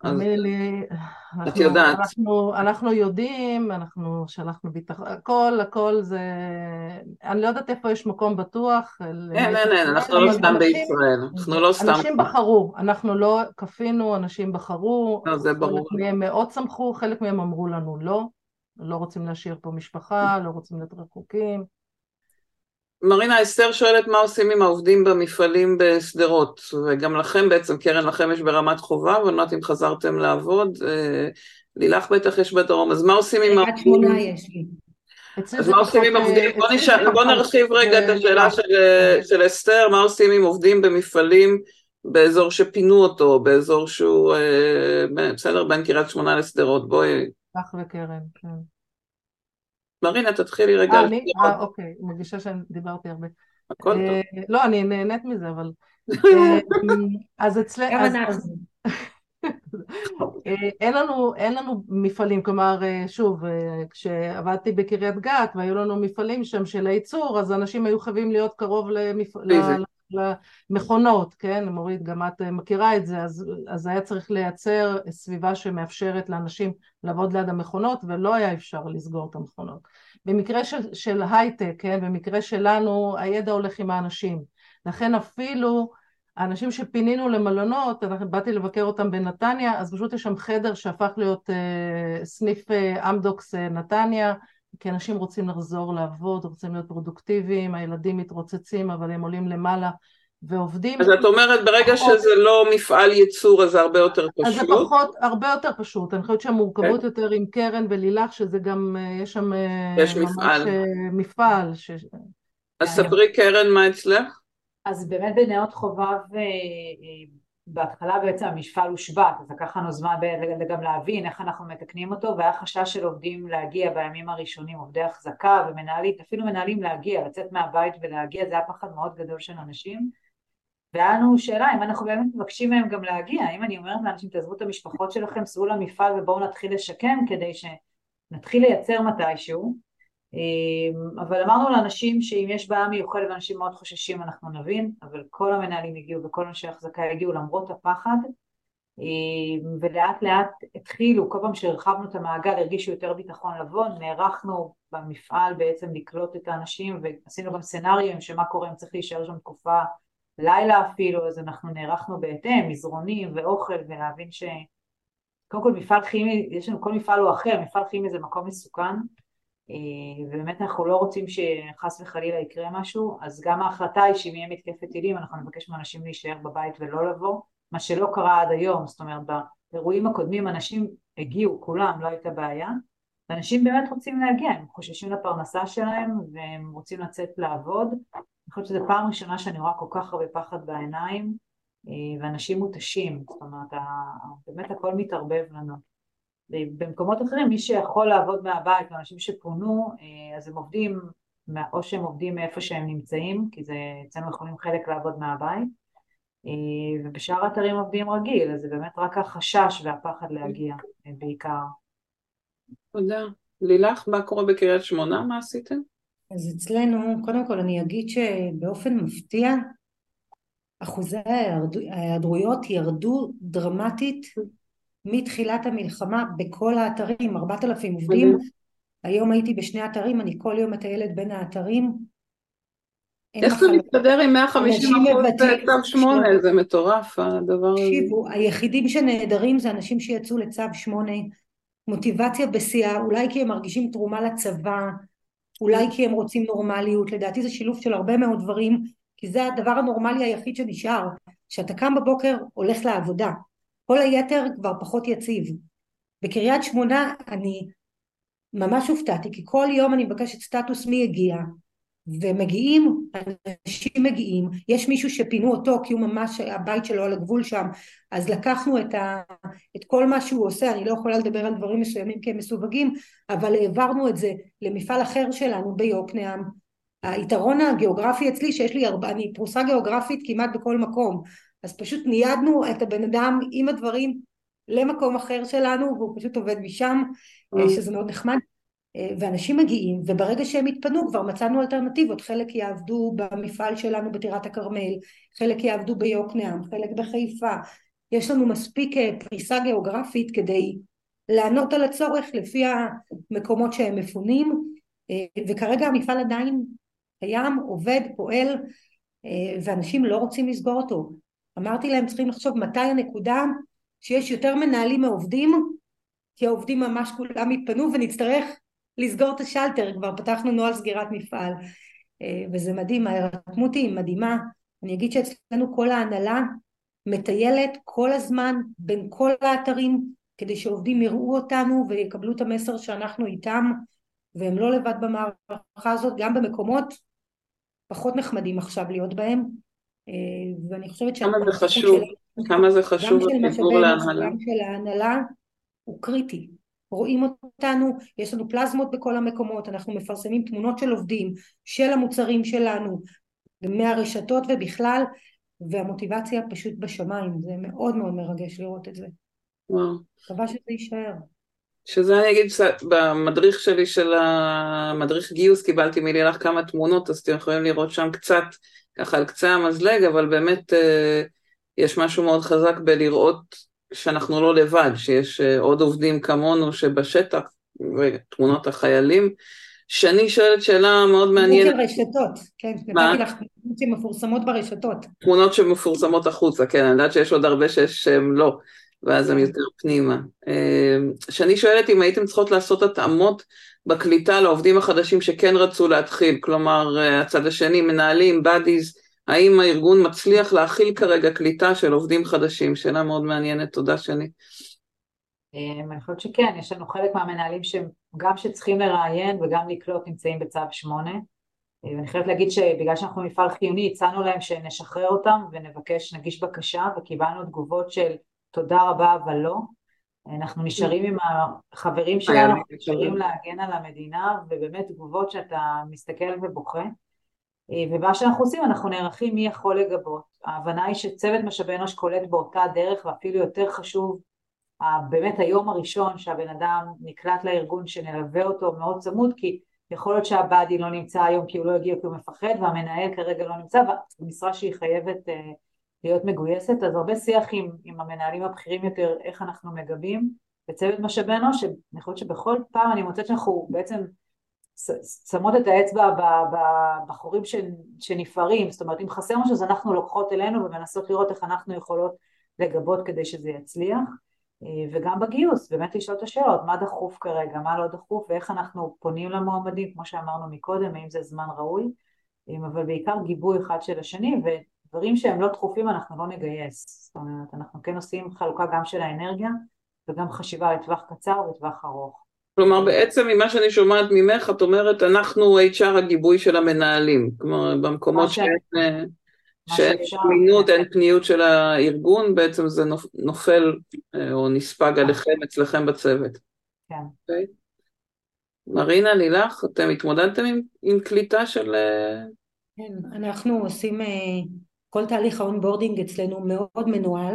את יודעת. אנחנו יודעים, אנחנו שלחנו ביטחון, הכל זה, אני לא יודעת איפה יש מקום בטוח. אין, אנחנו לא סתם בישראל, אנחנו לא סתם. אנשים בחרו, אנחנו לא כפינו, אנשים בחרו, זה ברור. חלק מהם מאוד שמחו, חלק מהם אמרו לנו לא רוצים להשאיר פה משפחה, לא רוצים להיות רחוקים. מרינה, אסתר שואלת מה עושים עם העובדים במפעלים בסדרות, וגם לכם בעצם, קרן, לכם יש ברמת חובה, ואני לא יודעת אם חזרתם לעבוד, לילך בטח יש בדרום, אז מה עושים עם העובדים? 8 יש לי. אז מה עושים עם העובדים? בוא נרחיב רגע את השאלה של אסתר, מה עושים עם עובדים במפעלים באזור שפינו אותו, באזור שהוא, בסדר, בין קריית שמונה לסדרות, בואי. לך וקרן, כן. מרינה, תתחילי רגע. אוקיי, מרגישה שאני דיברתי הרבה. הכל טוב. לא, אני נהנית מזה, אבל... אז אצלנו... גם אנחנו. אין לנו מפעלים, כלומר, שוב, כשעבדתי בקריית גת והיו לנו מפעלים שם של הייצור, אז אנשים היו חייבים להיות קרוב למכונות, כן? מורית, גם את מכירה את זה, אז היה צריך לייצר סביבה שמאפשרת לאנשים לעבוד ליד המכונות, ולא היה אפשר לסגור את המכונות. במקרה של הייטק, כן? במקרה שלנו, הידע הולך עם האנשים. לכן אפילו האנשים שפינינו למלונות, באתי לבקר אותם בנתניה, אז פשוט יש שם חדר שהפך להיות סניף אמדוקס נתניה, כי אנשים רוצים לחזור לעבוד, רוצים להיות פרודוקטיביים, הילדים מתרוצצים, אבל הם עולים למעלה ועובדים. אז את אומרת, ברגע שזה לא מפעל ייצור, אז זה הרבה יותר פשוט. אז זה הרבה יותר פשוט. אני חושבת שהמורכבות יותר עם קרן ולילך, שזה גם, יש שם יש ממש מפעל. אז ספרי קרן, מה אצלך? אז באמת בנאות חובב, בהתחלה בעצם המפעל הושבת, אז לקח לנו זמן גם להבין איך אנחנו מתקנים אותו, והיה חשש של עובדים להגיע בימים הראשונים, עובדי החזקה ומנהלים, אפילו מנהלים להגיע, לצאת מהבית ולהגיע, זה היה פחד מאוד גדול של אנשים, והיה לנו שאלה אם אנחנו באמת מבקשים מהם גם להגיע, אם אני אומרת לאנשים תעזבו את המשפחות שלכם, סעו למפעל ובואו נתחיל לשקם כדי שנתחיל לייצר מתישהו, אבל אמרנו לאנשים שאם יש בעיה מיוחדת ואנשים מאוד חוששים אנחנו נבין, אבל כל המנהלים הגיעו וכל אנשי החזקה הגיעו למרות הפחד, ולאט לאט התחילו, כל פעם שהרחבנו את המעגל הרגישו יותר ביטחון לבוא, נערכנו במפעל בעצם לקלוט את האנשים ועשינו גם סצנריונים שמה קורה אם צריך להישאר שם תקופה לילה אפילו, אז אנחנו נערכנו בהתאם, מזרונים ואוכל, ולהבין ש... קודם כל מפעל כימי, יש לנו כל מפעל הוא אחר, מפעל כימי זה מקום מסוכן, ובאמת אנחנו לא רוצים שחס וחלילה יקרה משהו, אז גם ההחלטה היא שאם יהיה מתקפת טילים, אנחנו נבקש מאנשים להישאר בבית ולא לבוא, מה שלא קרה עד היום, זאת אומרת באירועים הקודמים אנשים הגיעו, כולם, לא הייתה בעיה, ואנשים באמת רוצים להגיע, הם חוששים לפרנסה שלהם והם רוצים לצאת לעבוד, אני חושבת שזו פעם ראשונה שאני רואה כל כך הרבה פחד בעיניים, ואנשים מותשים, זאת אומרת, באמת הכל מתערבב לנו. במקומות אחרים, מי שיכול לעבוד מהבית, אנשים שפונו, אז הם עובדים, או שהם עובדים מאיפה שהם נמצאים, כי זה, אצלנו יכולים חלק לעבוד מהבית, ובשאר האתרים עובדים רגיל, אז זה באמת רק החשש והפחד להגיע, בעיקר. תודה. לילך, מה קורה בקריית שמונה? מה עשיתם? אז אצלנו, קודם כל אני אגיד שבאופן מפתיע, אחוזי ההיעדרויות ירדו דרמטית מתחילת המלחמה בכל האתרים, 4,000 עובדים. היום הייתי בשני אתרים, אני כל יום מטיילת בין האתרים. איך זה מתקדר עם 150% צו 8? זה מטורף הדבר הזה. תקשיבו, היחידים שנהדרים זה אנשים שיצאו לצו 8, מוטיבציה בשיאה, אולי כי הם מרגישים תרומה לצבא, אולי כי הם רוצים נורמליות, לדעתי זה שילוב של הרבה מאוד דברים, כי זה הדבר הנורמלי היחיד שנשאר, שאתה קם בבוקר הולך לעבודה, כל היתר כבר פחות יציב. בקריית שמונה אני ממש הופתעתי, כי כל יום אני מבקשת סטטוס מי הגיע, ומגיעים, אנשים מגיעים, יש מישהו שפינו אותו כי הוא ממש הבית שלו על הגבול שם, אז לקחנו את כל מה שהוא עושה, אני לא יכולה לדבר על דברים מסוימים כי הם מסווגים, אבל העברנו את זה למפעל אחר שלנו ביוקנעם. היתרון הגיאוגרפי אצלי שיש לי אני פרוסה גיאוגרפית כמעט בכל מקום, אז פשוט ניידנו את הבן אדם עם הדברים למקום אחר שלנו, והוא פשוט עובד משם, שזה מאוד נחמד. ואנשים מגיעים, וברגע שהם התפנו כבר מצאנו אלטרנטיבות, חלק יעבדו במפעל שלנו בטירת הכרמל, חלק יעבדו ביוקנעם, חלק בחיפה, יש לנו מספיק פריסה גיאוגרפית כדי לענות על הצורך לפי המקומות שהם מפונים, וכרגע המפעל עדיין קיים, עובד, פועל, ואנשים לא רוצים לסגור אותו. אמרתי להם צריכים לחשוב מתי הנקודה שיש יותר מנהלים מעובדים, כי העובדים ממש כולם התפנו ונצטרך לסגור את השלטר, כבר פתחנו נוהל סגירת מפעל, וזה מדהים, ההירתמות היא מדהימה. אני אגיד שאצלנו כל ההנהלה מטיילת כל הזמן בין כל האתרים, כדי שעובדים יראו אותנו ויקבלו את המסר שאנחנו איתם, והם לא לבד במערכה הזאת, גם במקומות פחות נחמדים עכשיו להיות בהם, ואני חושבת כמה זה חשוב לציבור להנהלה. גם של ההנהלה הוא קריטי. רואים אותנו, יש לנו פלזמות בכל המקומות, אנחנו מפרסמים תמונות של עובדים, של המוצרים שלנו, מהרשתות ובכלל, והמוטיבציה פשוט בשמיים, זה מאוד מאוד מרגש לראות את זה. וואו. מקווה שזה יישאר. שזה אני אגיד, במדריך שלי של המדריך גיוס, קיבלתי מלילך כמה תמונות, אז אתם יכולים לראות שם קצת, ככה על קצה המזלג, אבל באמת יש משהו מאוד חזק בלראות, שאנחנו לא לבד, שיש עוד עובדים כמונו שבשטח, ותמונות החיילים, שני שואלת שאלה מאוד תמונות מעניינת. של רשתות, כן, מה? נתתי לך תמונות שמפורסמות ברשתות. תמונות שמפורסמות החוצה, כן, אני יודעת שיש עוד הרבה שהם לא, ואז הם כן. יותר פנימה. שאני שואלת אם הייתם צריכות לעשות התאמות בקליטה לעובדים החדשים שכן רצו להתחיל, כלומר, הצד השני, מנהלים, בדיז, האם הארגון מצליח להכיל כרגע קליטה של עובדים חדשים? שאלה מאוד מעניינת, תודה שני. אני חושבת שכן, יש לנו חלק מהמנהלים שגם שצריכים לראיין וגם לקלוט נמצאים בצו 8, ואני חייבת להגיד שבגלל שאנחנו מפעל חיוני, הצענו להם שנשחרר אותם ונבקש, נגיש בקשה, וקיבלנו תגובות של תודה רבה אבל לא. אנחנו נשארים עם החברים שלנו, אנחנו נשארים להגן על המדינה, ובאמת תגובות שאתה מסתכל ובוכה. ומה שאנחנו עושים, אנחנו נערכים מי יכול לגבות. ההבנה היא שצוות משאבי אנוש קולט באותה דרך, ואפילו יותר חשוב, באמת היום הראשון שהבן אדם נקלט לארגון, שנלווה אותו מאוד צמוד, כי יכול להיות שהבאדי לא נמצא היום כי הוא לא הגיע כי הוא מפחד, והמנהל כרגע לא נמצא, במשרה שהיא חייבת להיות מגויסת, אז הרבה שיח עם המנהלים הבכירים יותר, איך אנחנו מגבים בצוות משאבי אנוש, שאני חושבת שבכל פעם אני מוצאת שאנחנו בעצם שמות את האצבע בחורים שנפערים, זאת אומרת אם חסר משהו אז אנחנו לוקחות אלינו ומנסות לראות איך אנחנו יכולות לגבות כדי שזה יצליח, וגם בגיוס, באמת לשאול את השאלות, מה דחוף כרגע, מה לא דחוף, ואיך אנחנו פונים למועמדים, כמו שאמרנו מקודם, האם זה זמן ראוי, אבל בעיקר גיבוי אחד של השני, ודברים שהם לא דחופים אנחנו לא נגייס, זאת אומרת, אנחנו כן עושים חלוקה גם של האנרגיה, וגם חשיבה לטווח קצר וטווח ארוך. כלומר, בעצם ממה שאני שומעת ממך, את אומרת, אנחנו HR הגיבוי של המנהלים, כלומר, במקומות שאין מינות, אין פניות של הארגון, בעצם זה נופל או נספג עליכם, אצלכם בצוות. כן. מרינה, לילך, אתם התמודדתם עם קליטה של... כן, אנחנו עושים, כל תהליך האונבורדינג אצלנו מאוד מנוהל,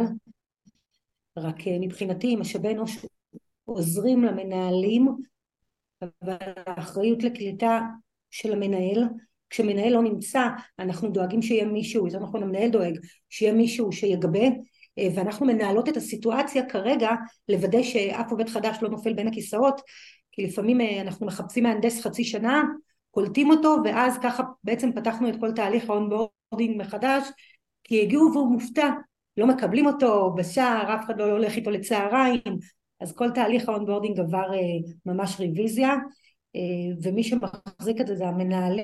רק מבחינתי משאבי אנוש עוזרים למנהלים, אבל האחריות לקליטה של המנהל, כשמנהל לא נמצא, אנחנו דואגים שיהיה מישהו, זה נכון, המנהל דואג, שיהיה מישהו שיגבה, ואנחנו מנהלות את הסיטואציה כרגע, לוודא שאף עובד חדש לא נופל בין הכיסאות, כי לפעמים אנחנו מחפשים מהנדס חצי שנה, קולטים אותו, ואז ככה בעצם פתחנו את כל תהליך האונבורדינג מחדש, כי הגיעו והוא מופתע, לא מקבלים אותו בשער, אף אחד לא הולך איתו לצהריים, אז כל תהליך האונבורדינג עבר ממש ריוויזיה, ומי שמחזיק את זה זה המנהלים,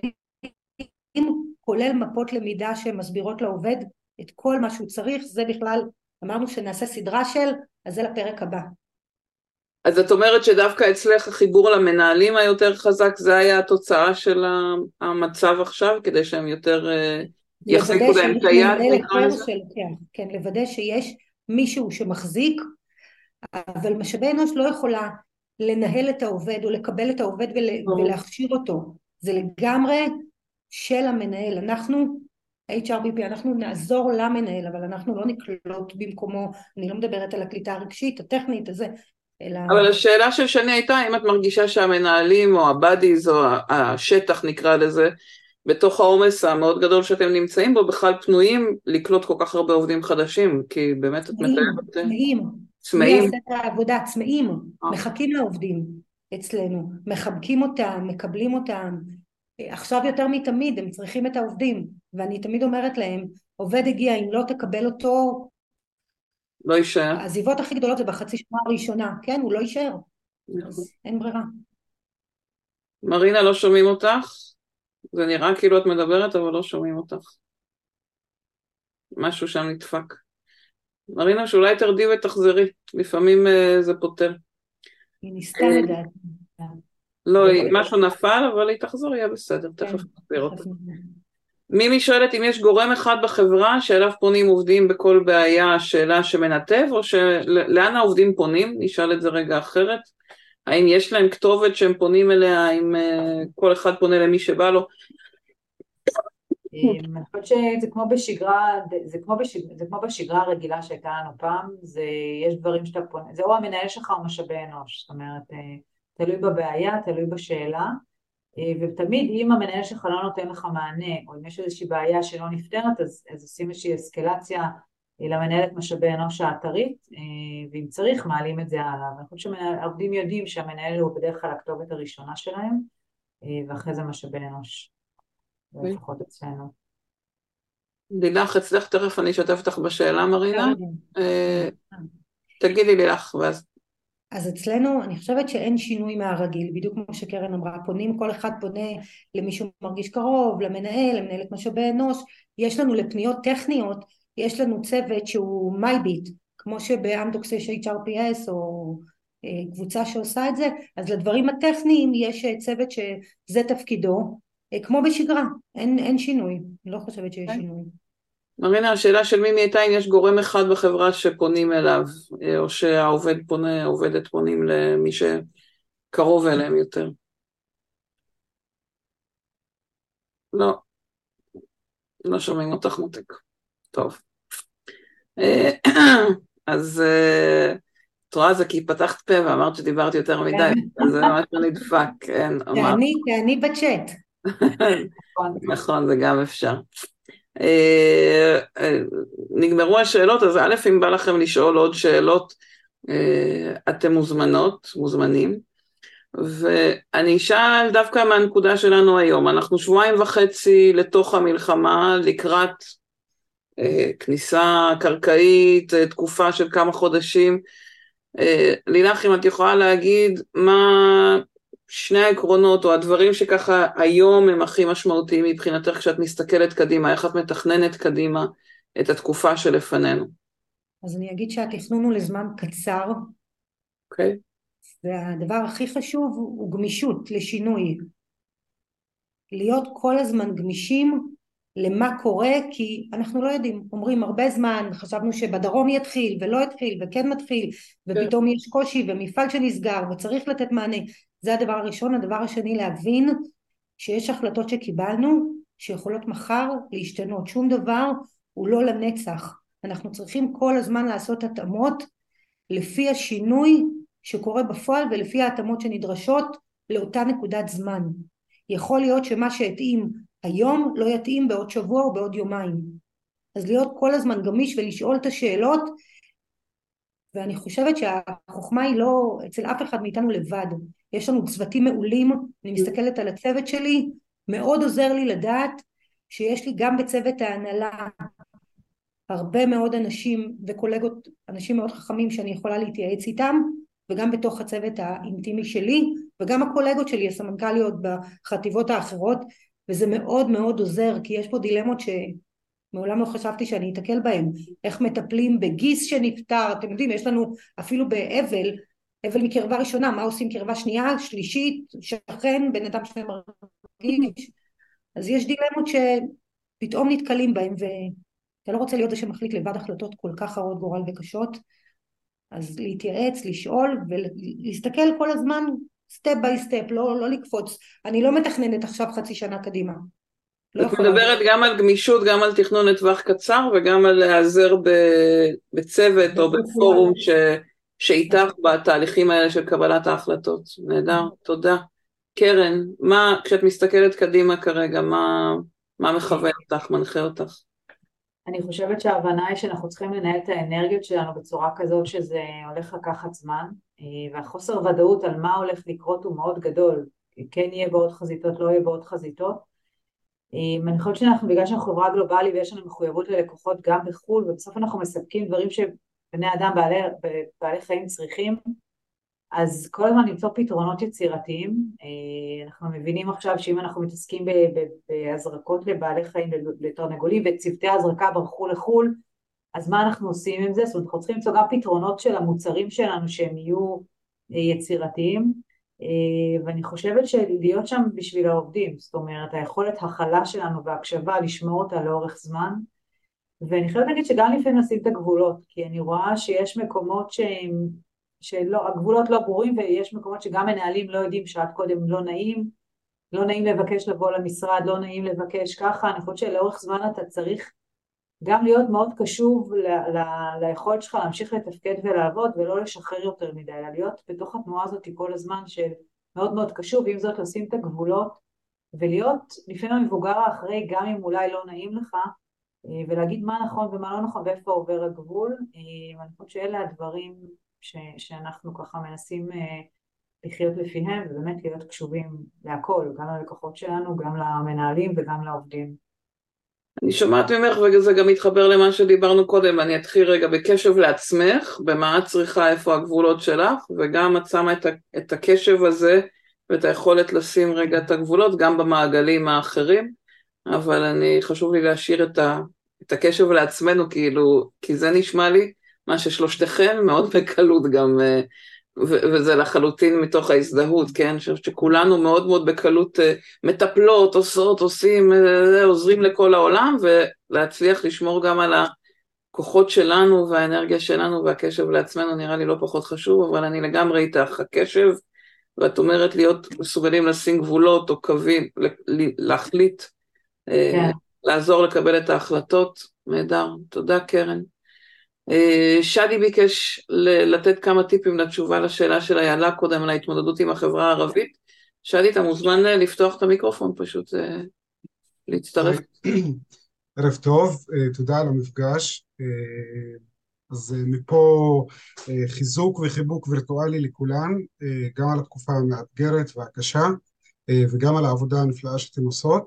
כולל מפות למידה שמסבירות לעובד את כל מה שהוא צריך, זה בכלל, אמרנו שנעשה סדרה של, אז זה לפרק הבא. אז את אומרת שדווקא אצלך החיבור למנהלים היותר חזק, זה היה התוצאה של המצב עכשיו, כדי שהם יותר יחזיקו להם את היד, נקרא לזה? כן, לוודא שיש מישהו שמחזיק, אבל משאבי אנוש לא יכולה לנהל את העובד או לקבל את העובד ולהכשיר אותו, זה לגמרי של המנהל. אנחנו HRBP, אנחנו נעזור למנהל, אבל אנחנו לא נקלוט במקומו, אני לא מדברת על הקליטה הרגשית, הטכנית, הזה, אלא... אבל השאלה של שני הייתה, אם את מרגישה שהמנהלים או הבאדיז או השטח נקרא לזה, בתוך העומס המאוד גדול שאתם נמצאים בו, בכלל פנויים לקלוט כל כך הרבה עובדים חדשים, כי באמת את מתארת... צמאים. מי עושה את העבודה? צמאים. מחכים לעובדים אצלנו, מחבקים אותם, מקבלים אותם. עכשיו יותר מתמיד, הם צריכים את העובדים, ואני תמיד אומרת להם, עובד הגיע, אם לא תקבל אותו, לא יישאר. העזיבות הכי גדולות זה בחצי שנה הראשונה, כן, הוא לא יישאר. אז אין ברירה. מרינה, לא שומעים אותך? זה נראה כאילו את מדברת, אבל לא שומעים אותך. משהו שם נדפק. מרינה, שאולי תרדי ותחזרי, לפעמים זה פותר. היא ניסתה לדעת. לא, משהו נפל, אבל היא תחזור, יהיה בסדר, תכף נחזיר אותה. מימי שואלת אם יש גורם אחד בחברה שאליו פונים עובדים בכל בעיה, שאלה שמנתב, או לאן העובדים פונים? נשאל את זה רגע אחרת. האם יש להם כתובת שהם פונים אליה, האם כל אחד פונה למי שבא לו? אני חושבת שזה כמו בשגרה, זה כמו בשגרה הרגילה שהייתה לנו פעם, יש דברים שאתה פונה, זה או המנהל שלך או משאבי אנוש, זאת אומרת, תלוי בבעיה, תלוי בשאלה, ותמיד אם המנהל שלך לא נותן לך מענה, או אם יש איזושהי בעיה שלא נפתרת, אז עושים איזושהי אסקלציה למנהלת משאבי אנוש האתרית, ואם צריך מעלים את זה הלאה. ואני חושבת שהעובדים יודעים שהמנהל הוא בדרך כלל הכתובת הראשונה שלהם, ואחרי זה משאבי אנוש, לפחות אצלנו. לילך, אצלך תכף אני אשתף אותך בשאלה, מרינה. כן. תגידי לילך, ואז... אז אצלנו אני חושבת שאין שינוי מהרגיל, בדיוק כמו שקרן אמרה, פונים, כל אחד פונה למישהו מרגיש קרוב, למנהל, למנהלת משאבי אנוש, יש לנו לפניות טכניות, יש לנו צוות שהוא מייביט, כמו שבאמדוקס יש HRPS או קבוצה שעושה את זה, אז לדברים הטכניים יש צוות שזה תפקידו, כמו בשגרה, אין שינוי, אני לא חושבת שיש שינוי. מרינה, השאלה של מימי הייתה אם יש גורם אחד בחברה שפונים אליו, או שהעובד פונה, עובדת פונים למי שקרוב אליהם יותר. לא, לא שומעים אותך מותק. טוב. אז את רואה, זה כי פתחת פה ואמרת שדיברתי יותר מדי, אז זה ממש לא נדפק, כן, אמרת. תעני בצ'אט. נכון, זה גם אפשר. נגמרו השאלות, אז א', אם בא לכם לשאול עוד שאלות, אתם מוזמנים, ואני אשאל דווקא מהנקודה שלנו היום. אנחנו 2.5 שבועות לתוך המלחמה, לקראת כניסה קרקעית, תקופה של כמה חודשים. לילך, אם את יכולה להגיד מה שני העקרונות או הדברים שככה היום הם הכי משמעותיים מבחינתך כשאת מסתכלת קדימה, איך את מתכננת קדימה את התקופה שלפנינו? אז אני אגיד שהתכנון הוא לזמן קצר. אוקיי. והדבר הכי חשוב הוא גמישות לשינוי. להיות כל הזמן גמישים למה קורה, כי אנחנו לא יודעים, אומרים הרבה זמן, חשבנו שבדרום יתחיל ולא יתחיל וכן מתחיל, ופתאום יש קושי ומפעל שנסגר וצריך לתת מענה. זה הדבר הראשון. הדבר השני, להבין שיש החלטות שקיבלנו שיכולות מחר להשתנות. שום דבר הוא לא לנצח. אנחנו צריכים כל הזמן לעשות התאמות לפי השינוי שקורה בפועל ולפי ההתאמות שנדרשות לאותה נקודת זמן. יכול להיות שמה שהתאים היום לא יתאים בעוד שבוע או בעוד יומיים. אז להיות כל הזמן גמיש ולשאול את השאלות, ואני חושבת שהחוכמה היא לא אצל אף אחד מאיתנו לבד. יש לנו צוותים מעולים, אני מסתכלת על הצוות שלי, מאוד עוזר לי לדעת שיש לי גם בצוות ההנהלה הרבה מאוד אנשים וקולגות, אנשים מאוד חכמים שאני יכולה להתייעץ איתם, וגם בתוך הצוות האינטימי שלי, וגם הקולגות שלי, הסמנכ"ליות בחטיבות האחרות, וזה מאוד מאוד עוזר, כי יש פה דילמות שמעולם לא חשבתי שאני אתקל בהן. איך מטפלים בגיס שנפטר, אתם יודעים, יש לנו אפילו באבל, אבל מקרבה ראשונה, מה עושים קרבה שנייה, שלישית, שכן, בן אדם שמרגיש. אז יש דילמות שפתאום נתקלים בהן, אתה לא רוצה להיות זה שמחליט לבד החלטות כל כך הרות גורל וקשות, אז להתייעץ, לשאול ולהסתכל כל הזמן סטפ ביי סטפ, לא לקפוץ. אני לא מתכננת עכשיו חצי שנה קדימה. את מדברת גם על גמישות, גם על תכנון לטווח קצר, וגם על להיעזר בצוות או בפורום שאיתך בתהליכים האלה של קבלת ההחלטות. נהדר, תודה. קרן, כשאת מסתכלת קדימה כרגע, מה מכוון אותך, מנחה אותך? אני חושבת שההבנה היא שאנחנו צריכים לנהל את האנרגיות שלנו בצורה כזאת שזה הולך לקחת זמן, והחוסר ודאות על מה הולך לקרות הוא מאוד גדול. כן יהיה בעוד חזיתות, לא יהיה בעוד חזיתות. אני חושבת שאנחנו, בגלל שאנחנו חברה גלובלית ויש לנו מחויבות ללקוחות גם בחו"ל, ובסוף אנחנו מספקים דברים שבני אדם בעלי חיים צריכים, אז כל הזמן למצוא פתרונות יצירתיים. אנחנו מבינים עכשיו שאם אנחנו מתעסקים בהזרקות לבעלי חיים, לתרנגולים, וצוותי ההזרקה ברחו לחול, אז מה אנחנו עושים עם זה? זאת אומרת, אנחנו צריכים למצוא גם פתרונות של המוצרים שלנו שהם יהיו יצירתיים, ואני חושבת שלהיות שם בשביל העובדים, זאת אומרת, היכולת הכלה שלנו והקשבה, לשמור אותה לאורך זמן, ואני חייבת להגיד שגם לפעמים נשים את הגבולות, כי אני רואה שיש מקומות שהגבולות לא ברורים, ויש מקומות שגם מנהלים לא יודעים שעד קודם לא נעים לבקש לבוא למשרד, לא נעים לבקש ככה. אני חושבת שלאורך זמן אתה צריך גם להיות מאוד קשוב ליכולת שלך להמשיך לתפקד ולעבוד, ולא לשחרר יותר מדי, אלא להיות בתוך התנועה הזאת כל הזמן שמאוד מאוד קשוב, ועם זאת לשים את הגבולות, ולהיות לפעמים המבוגר האחרי, גם אם אולי לא נעים לך, ולהגיד מה נכון ומה לא נכון, ואיפה עובר הגבול. אני חושבת שאלה הדברים שאנחנו ככה מנסים לחיות לפיהם, ובאמת להיות קשובים להכל, גם ללקוחות שלנו, גם למנהלים וגם לעובדים. אני שומעת ממך, וזה גם מתחבר למה שדיברנו קודם, אני אתחיל רגע בקשב לעצמך, במה את צריכה, איפה הגבולות שלך, וגם את שמה את הקשב הזה, ואת היכולת לשים רגע את הגבולות, גם במעגלים האחרים, אבל חשוב לי להשאיר את הקשב לעצמנו, כאילו, כי זה נשמע לי, מה ששלושתכם מאוד בקלות גם, וזה לחלוטין מתוך ההזדהות, כן? שכולנו מאוד מאוד בקלות מטפלות, עושות, עושים, עוזרים לכל העולם, ולהצליח לשמור גם על הכוחות שלנו והאנרגיה שלנו והקשב לעצמנו נראה לי לא פחות חשוב, אבל אני לגמרי איתך, הקשב, ואת אומרת להיות מסוגלים לשים גבולות או קווים, להחליט, כן. לעזור לקבל את ההחלטות, נהדר, תודה קרן. שדי ביקש לתת כמה טיפים לתשובה לשאלה של איילה קודם על ההתמודדות עם החברה הערבית. שדי, אתה מוזמן לפתוח את המיקרופון, פשוט להצטרף. ערב טוב, תודה על המפגש. אז מפה חיזוק וחיבוק וירטואלי לכולן, גם על התקופה המאתגרת והקשה, וגם על העבודה הנפלאה שאתם עושות.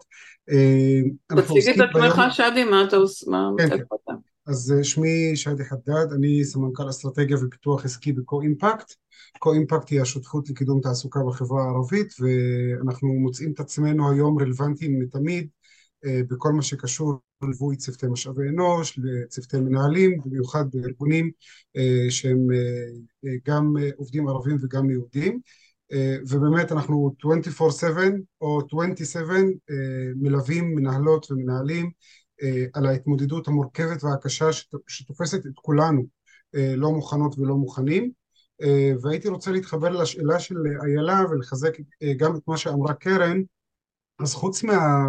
תציג את עצמך, שדי, מה אתה עושה? כן. אז שמי שדי חדד, אני סמנכ"ל אסטרטגיה ופיתוח עסקי בקו-אימפקט. קו-אימפקט היא השותפות לקידום תעסוקה בחברה הערבית, ואנחנו מוצאים את עצמנו היום רלוונטיים מתמיד, בכל מה שקשור לליווי צוותי משאבי אנוש, לצוותי מנהלים, במיוחד בארגונים שהם גם עובדים ערבים וגם יהודים, ובאמת אנחנו 24/7 או 27 מלווים מנהלות ומנהלים על ההתמודדות המורכבת והקשה שתופסת את כולנו, לא מוכנות ולא מוכנים. והייתי רוצה להתחבר לשאלה של איילה ולחזק גם את מה שאמרה קרן. אז חוץ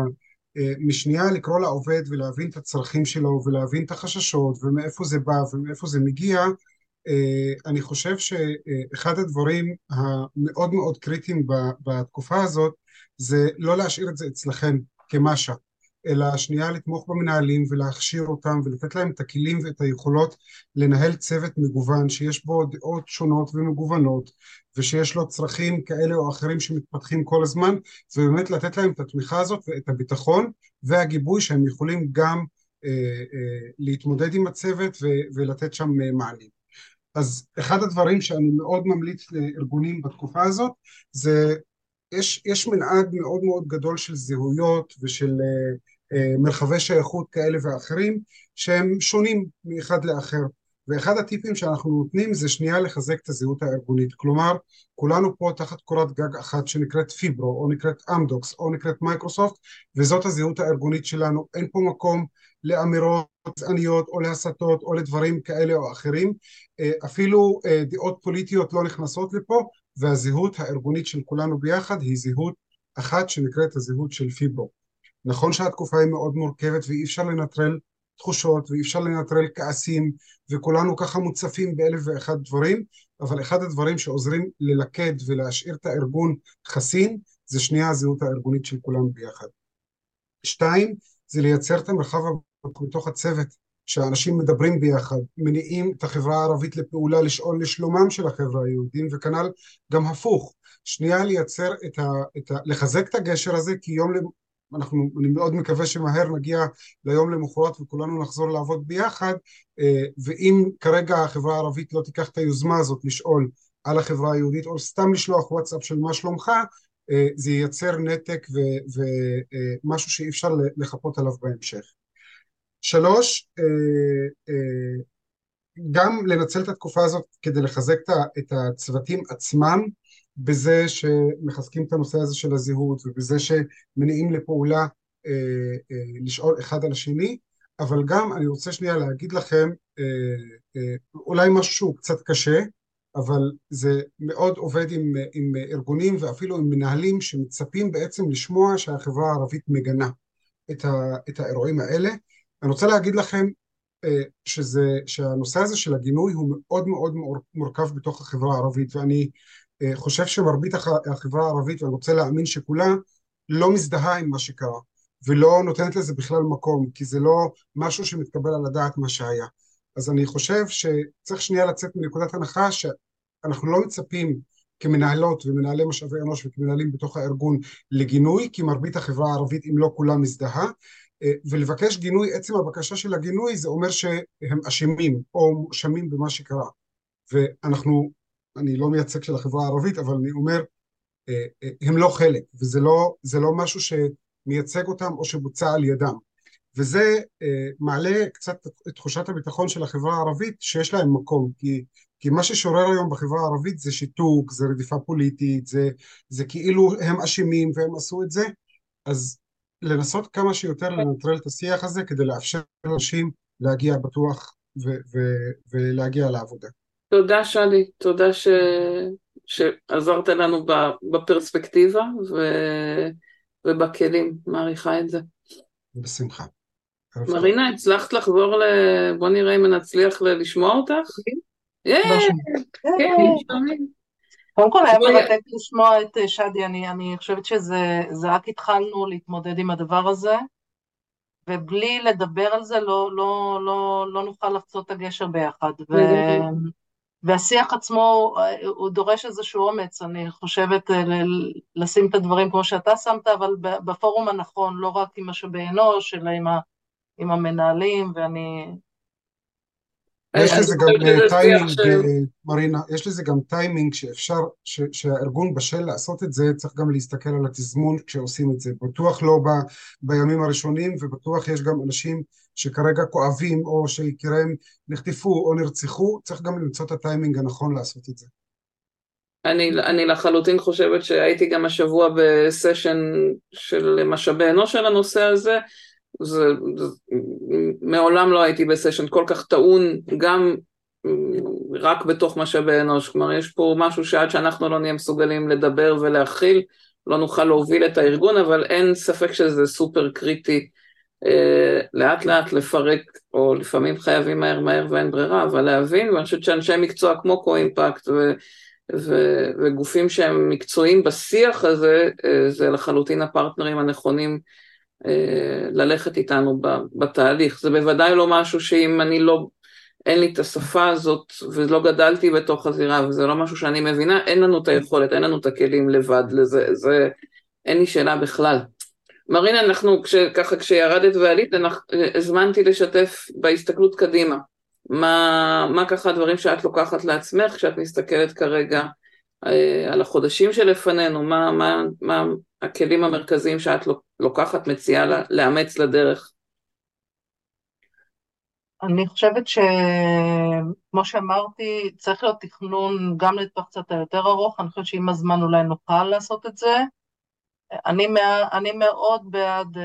משנייה לקרוא לעובד ולהבין את הצרכים שלו ולהבין את החששות ומאיפה זה בא ומאיפה זה מגיע, אני חושב שאחד הדברים המאוד מאוד קריטיים בתקופה הזאת זה לא להשאיר את זה אצלכם כמשהו, אלא שנייה לתמוך במנהלים ולהכשיר אותם ולתת להם את הכלים ואת היכולות לנהל צוות מגוון שיש בו דעות שונות ומגוונות ושיש לו צרכים כאלה או אחרים שמתפתחים כל הזמן, ובאמת לתת להם את התמיכה הזאת ואת הביטחון והגיבוי שהם יכולים גם להתמודד עם הצוות ולתת שם מענים. אז אחד הדברים שאני מאוד ממליץ לארגונים בתקופה הזאת זה יש מנעד מאוד מאוד גדול של זהויות ושל מרחבי שייכות כאלה ואחרים שהם שונים מאחד לאחר, ואחד הטיפים שאנחנו נותנים זה שנייה לחזק את הזהות הארגונית. כלומר כולנו פה תחת קורת גג אחת שנקראת פיברו או נקראת אמדוקס או נקראת מייקרוסופט, וזאת הזהות הארגונית שלנו. אין פה מקום לאמירות גזעניות או להסתות או לדברים כאלה או אחרים, אפילו דעות פוליטיות לא נכנסות לפה, והזהות הארגונית של כולנו ביחד היא זהות אחת שנקראת הזהות של פיברו. נכון שהתקופה היא מאוד מורכבת ואי אפשר לנטרל תחושות ואי אפשר לנטרל כעסים וכולנו ככה מוצפים באלף ואחד דברים, אבל אחד הדברים שעוזרים ללכד ולהשאיר את הארגון חסין זה שנייה הזהות הארגונית של כולנו ביחד. 2, זה לייצר את המרחב בתוך הצוות, שאנשים מדברים ביחד, מניעים את החברה הערבית לפעולה, לשאול לשלומם של החברה היהודים, וכנ"ל גם הפוך. שנייה לייצר לחזק את הגשר הזה, כי אני מאוד מקווה שמהר נגיע ליום למחרת וכולנו נחזור לעבוד ביחד, ואם כרגע החברה הערבית לא תיקח את היוזמה הזאת לשאול על החברה היהודית, או סתם לשלוח וואטסאפ של מה שלומך, זה ייצר נתק ומשהו שאי אפשר לחפות עליו בהמשך. 3, גם לנצל את התקופה הזאת כדי לחזק את הצוותים עצמם, בזה שמחזקים את הנושא הזה של הזהות, ובזה שמניעים לפעולה לשאול אחד על השני, אבל גם אני רוצה שנייה להגיד לכם, אולי משהו שהוא קצת קשה, אבל זה מאוד עובד עם ארגונים ואפילו עם מנהלים שמצפים בעצם לשמוע שהחברה הערבית מגנה את האירועים האלה. אני רוצה להגיד לכם שהנושא הזה של הגינוי הוא מאוד מאוד מורכב בתוך החברה הערבית, ואני חושב שמרבית החברה הערבית, ואני רוצה להאמין שכולה, לא מזדהה עם מה שקרה, ולא נותנת לזה בכלל מקום, כי זה לא משהו שמתקבל על הדעת מה שהיה. אז אני חושב שצריך שנייה לצאת מנקודת הנחה שאנחנו לא מצפים כמנהלות ומנהלי משאבי אנוש וכמנהלים בתוך הארגון לגינוי, כי מרבית החברה הערבית, אם לא כולה, מזדהה, ולבקש גינוי. עצם הבקשה של הגינוי זה אומר שהם אשמים או מואשמים במה שקרה. ואנחנו, אני לא מייצג של החברה הערבית, אבל אני אומר, הם לא חלק, זה לא משהו שמייצג אותם או שבוצע על ידם. וזה מעלה קצת את תחושת הביטחון של החברה הערבית שיש להם מקום, כי מה ששורר היום בחברה הערבית זה שיתוק, זה רדיפה פוליטית, זה כאילו הם אשמים והם עשו את זה. אז לנסות כמה שיותר לנטרל את השיח הזה כדי לאפשר לאנשים להגיע בטוח ולהגיע לעבודה. תודה שלי, תודה שעזרת לנו בפרספקטיבה ובכלים, מעריכה את זה. בשמחה. מרינה, הצלחת לחזור בוא נראה אם נצליח לשמוע אותך? כן, שומעים. קודם כל היה מרתק לשמוע את שדי, אני חושבת שזה רק התחלנו להתמודד עם הדבר הזה, ובלי לדבר על זה לא נוכל לחצות את הגשר ביחד. והשיח עצמו הוא דורש איזשהו אומץ, אני חושבת לשים את הדברים כמו שאתה שמת, אבל בפורום הנכון, לא רק עם משאבי אנוש, אלא עם המנהלים, ואני... יש לזה גם טיימינג, מרינה, יש לזה גם טיימינג שאפשר, שהארגון בשל לעשות את זה, צריך גם להסתכל על התזמון כשעושים את זה. בטוח לא בימים הראשונים, ובטוח יש גם אנשים שכרגע כואבים, או שיקיריהם נחטפו או נרצחו, צריך גם למצוא את הטיימינג הנכון לעשות את זה. אני לחלוטין חושבת שהייתי גם השבוע בסשן של משאבי אנוש של הנושא הזה, מעולם לא הייתי בסשן כל כך טעון, גם רק בתוך משאבי אנוש. כלומר, יש פה משהו שעד שאנחנו לא נהיה מסוגלים לדבר ולהכיל, לא נוכל להוביל את הארגון, אבל אין ספק שזה סופר קריטי, לאט לאט לפרק, או לפעמים חייבים מהר ואין ברירה, אבל להבין. ואני חושבת שאנשי מקצוע כמו קו-אימפקט וגופים שהם מקצועיים בשיח הזה, זה לחלוטין הפרטנרים הנכונים ללכת איתנו בתהליך. זה בוודאי לא משהו שאם אין לי את השפה הזאת ולא גדלתי בתוך הזירה, וזה לא משהו שאני מבינה, אין לנו את היכולת, אין לנו את הכלים לבד לזה, אין לי שאלה בכלל. מרינה, כשירדת ועלית, הזמנתי לשתף בהסתכלות קדימה. מה ככה הדברים שאת לוקחת לעצמך, כשאת מסתכלת כרגע על החודשים שלפנינו, מה הכלים המרכזיים שאת לוקחת, מציעה לאמץ לדרך? אני חושבת שכמו שאמרתי, צריך להיות תכנון גם לטווח קצת היותר ארוך. אני חושבת שעם הזמן אולי נוכל לעשות את זה. אני מאוד בעד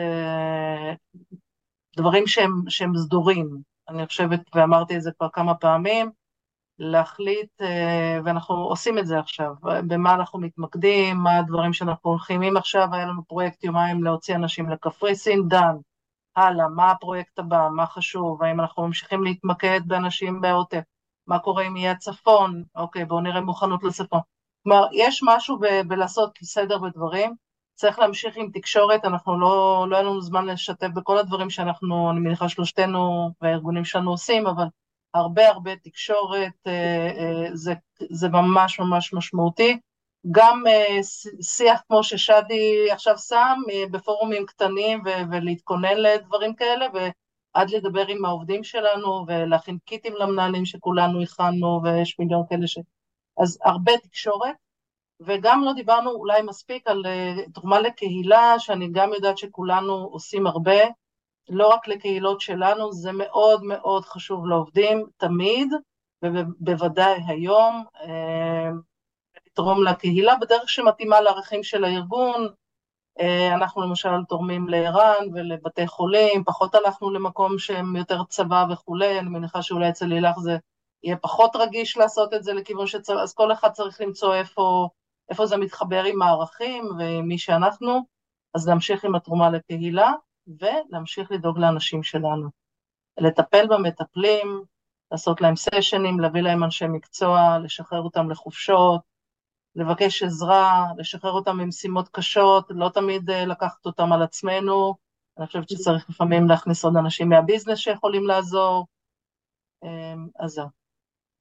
דברים שהם סדורים. אני חושבת, ואמרתי את זה כבר כמה פעמים, להחליט, ואנחנו עושים את זה עכשיו, במה אנחנו מתמקדים, מה הדברים שאנחנו הולכים. אם עכשיו היה לנו פרויקט יומיים להוציא אנשים לקפריסין, דן, הלאה, מה הפרויקט הבא, מה חשוב, האם אנחנו ממשיכים להתמקד באנשים בעוטף, מה קורה אם יהיה צפון, אוקיי, בואו נראה מוכנות לצפון. כלומר, יש משהו בלעשות סדר בדברים, צריך להמשיך עם תקשורת. אנחנו לא היה לנו זמן לשתף בכל הדברים שאנחנו, אני מניחה שלושתנו והארגונים שלנו עושים, אבל הרבה תקשורת, זה ממש משמעותי. גם שיח כמו ששדי עכשיו שם, בפורומים קטנים ולהתכונן לדברים כאלה, ועד לדבר עם העובדים שלנו ולהכין קיטים למנהלים שכולנו הכנו, ויש מיליון כאלה אז הרבה תקשורת. וגם לא דיברנו אולי מספיק על תרומה לקהילה, שאני גם יודעת שכולנו עושים הרבה, לא רק לקהילות שלנו, זה מאוד חשוב לעובדים תמיד, ובוודאי היום, לתרום לקהילה בדרך שמתאימה לערכים של הארגון. אנחנו למשל תורמים לער"ן ולבתי חולים, פחות הלכנו למקום שהם יותר צבא וכולי, אני מניחה שאולי אצל לילך זה יהיה פחות רגיש לעשות את זה לכיוון שצבא, אז כל אחד צריך למצוא איפה זה מתחבר עם הערכים ומי שאנחנו, אז להמשיך עם התרומה לקהילה, ולהמשיך לדאוג לאנשים שלנו. לטפל במטפלים, לעשות להם סשנים, להביא להם אנשי מקצוע, לשחרר אותם לחופשות, לבקש עזרה, לשחרר אותם ממשימות קשות, לא תמיד לקחת אותם על עצמנו. אני חושבת שצריך לפעמים להכניס עוד אנשים מהביזנס שיכולים לעזור. אז זהו.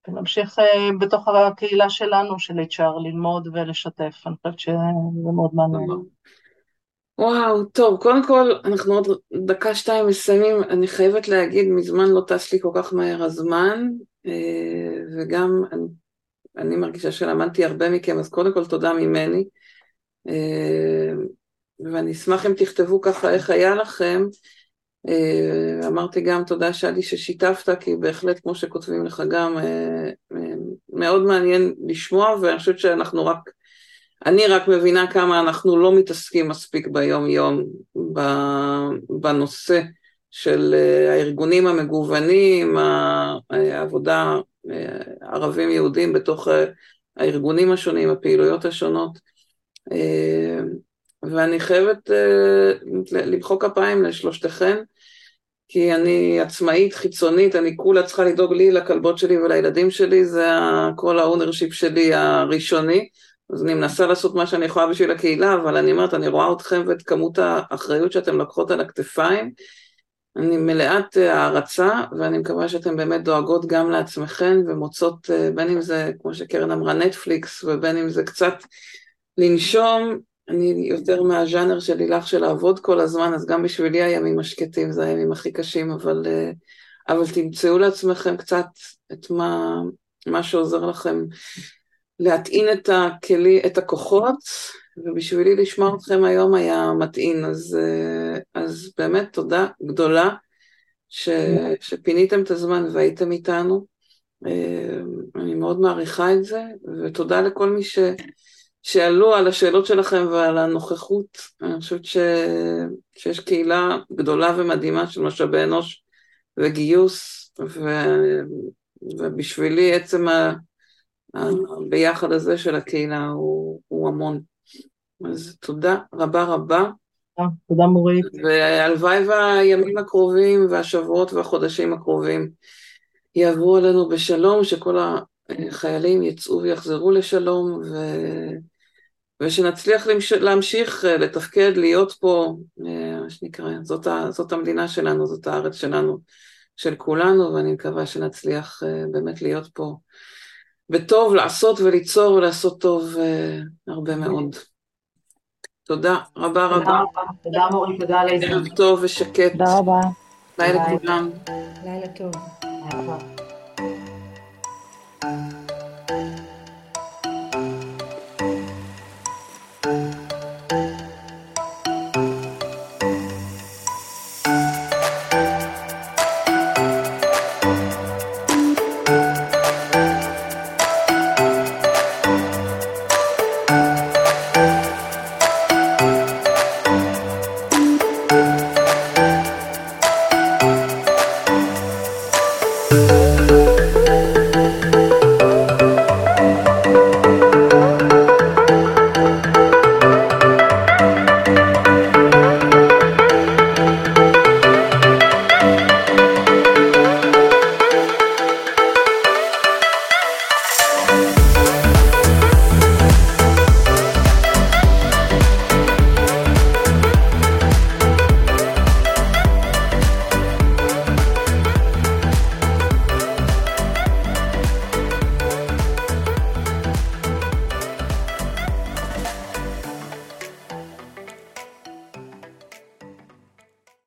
ונמשיך בתוך הקהילה שלנו של HR ללמוד ולשתף. אני חושבת שזה מאוד מעניין. וואו, טוב, קודם כל, אנחנו עוד דקה שתיים מסיימים, אני חייבת להגיד, מזמן לא טס לי כל כך מהר הזמן, וגם אני מרגישה שלמדתי הרבה מכם, אז קודם כל תודה ממני, ואני אשמח אם תכתבו ככה איך היה לכם. אמרתי גם תודה שלי ששיתפת, כי בהחלט כמו שכותבים לך גם מאוד מעניין לשמוע, ואני חושבת שאנחנו אני רק מבינה כמה אנחנו לא מתעסקים מספיק ביום יום בנושא של הארגונים המגוונים, העבודה ערבים יהודים בתוך הארגונים השונים, הפעילויות השונות, ואני חייבת למחוא כפיים לשלושתכן, כי אני עצמאית, חיצונית, אני כולה צריכה לדאוג לי, לכלבות שלי ולילדים שלי, זה כל האונרשיפ שלי הראשוני, אז אני מנסה לעשות מה שאני יכולה בשביל הקהילה, אבל אני אומרת, אני רואה אתכם ואת כמות האחריות שאתם לקחות על הכתפיים, אני מלאת הערצה, ואני מקווה שאתם באמת דואגות גם לעצמכם, ומוצאות, בין אם זה, כמו שקרן אמרה, נטפליקס, ובין אם זה קצת לנשום, אני יותר מהז'אנר של לילך של לעבוד כל הזמן, אז גם בשבילי הימים השקטים, זה הימים הכי קשים, אבל תמצאו לעצמכם קצת את מה שעוזר לכם להטעין את הכוחות, ובשבילי לשמוע אתכם היום היה מטעין, אז באמת תודה גדולה שפיניתם את הזמן והייתם איתנו, אני מאוד מעריכה את זה, ותודה לכל מי שעלו על השאלות שלכם ועל הנוכחות. אני חושבת שיש קהילה גדולה ומדהימה של משאבי אנוש וגיוס, ובשבילי עצם ביחד הזה של הקהילה הוא המון. אז תודה רבה רבה. תודה מורית. והלוואי והימים הקרובים והשבועות והחודשים הקרובים יעברו עלינו בשלום, שכל החיילים יצאו ויחזרו לשלום, ושנצליח להמשיך לתפקד, להיות פה, מה שנקרא, זאת המדינה שלנו, זאת הארץ שלנו, של כולנו, ואני מקווה שנצליח באמת להיות פה בטוב, לעשות וליצור ולעשות טוב הרבה מאוד. תודה רבה רבה. תודה מורי, תודה על ההזדמנות. ערב טוב ושקט. תודה רבה. לילה לכולם. לילה טוב. לילה טוב.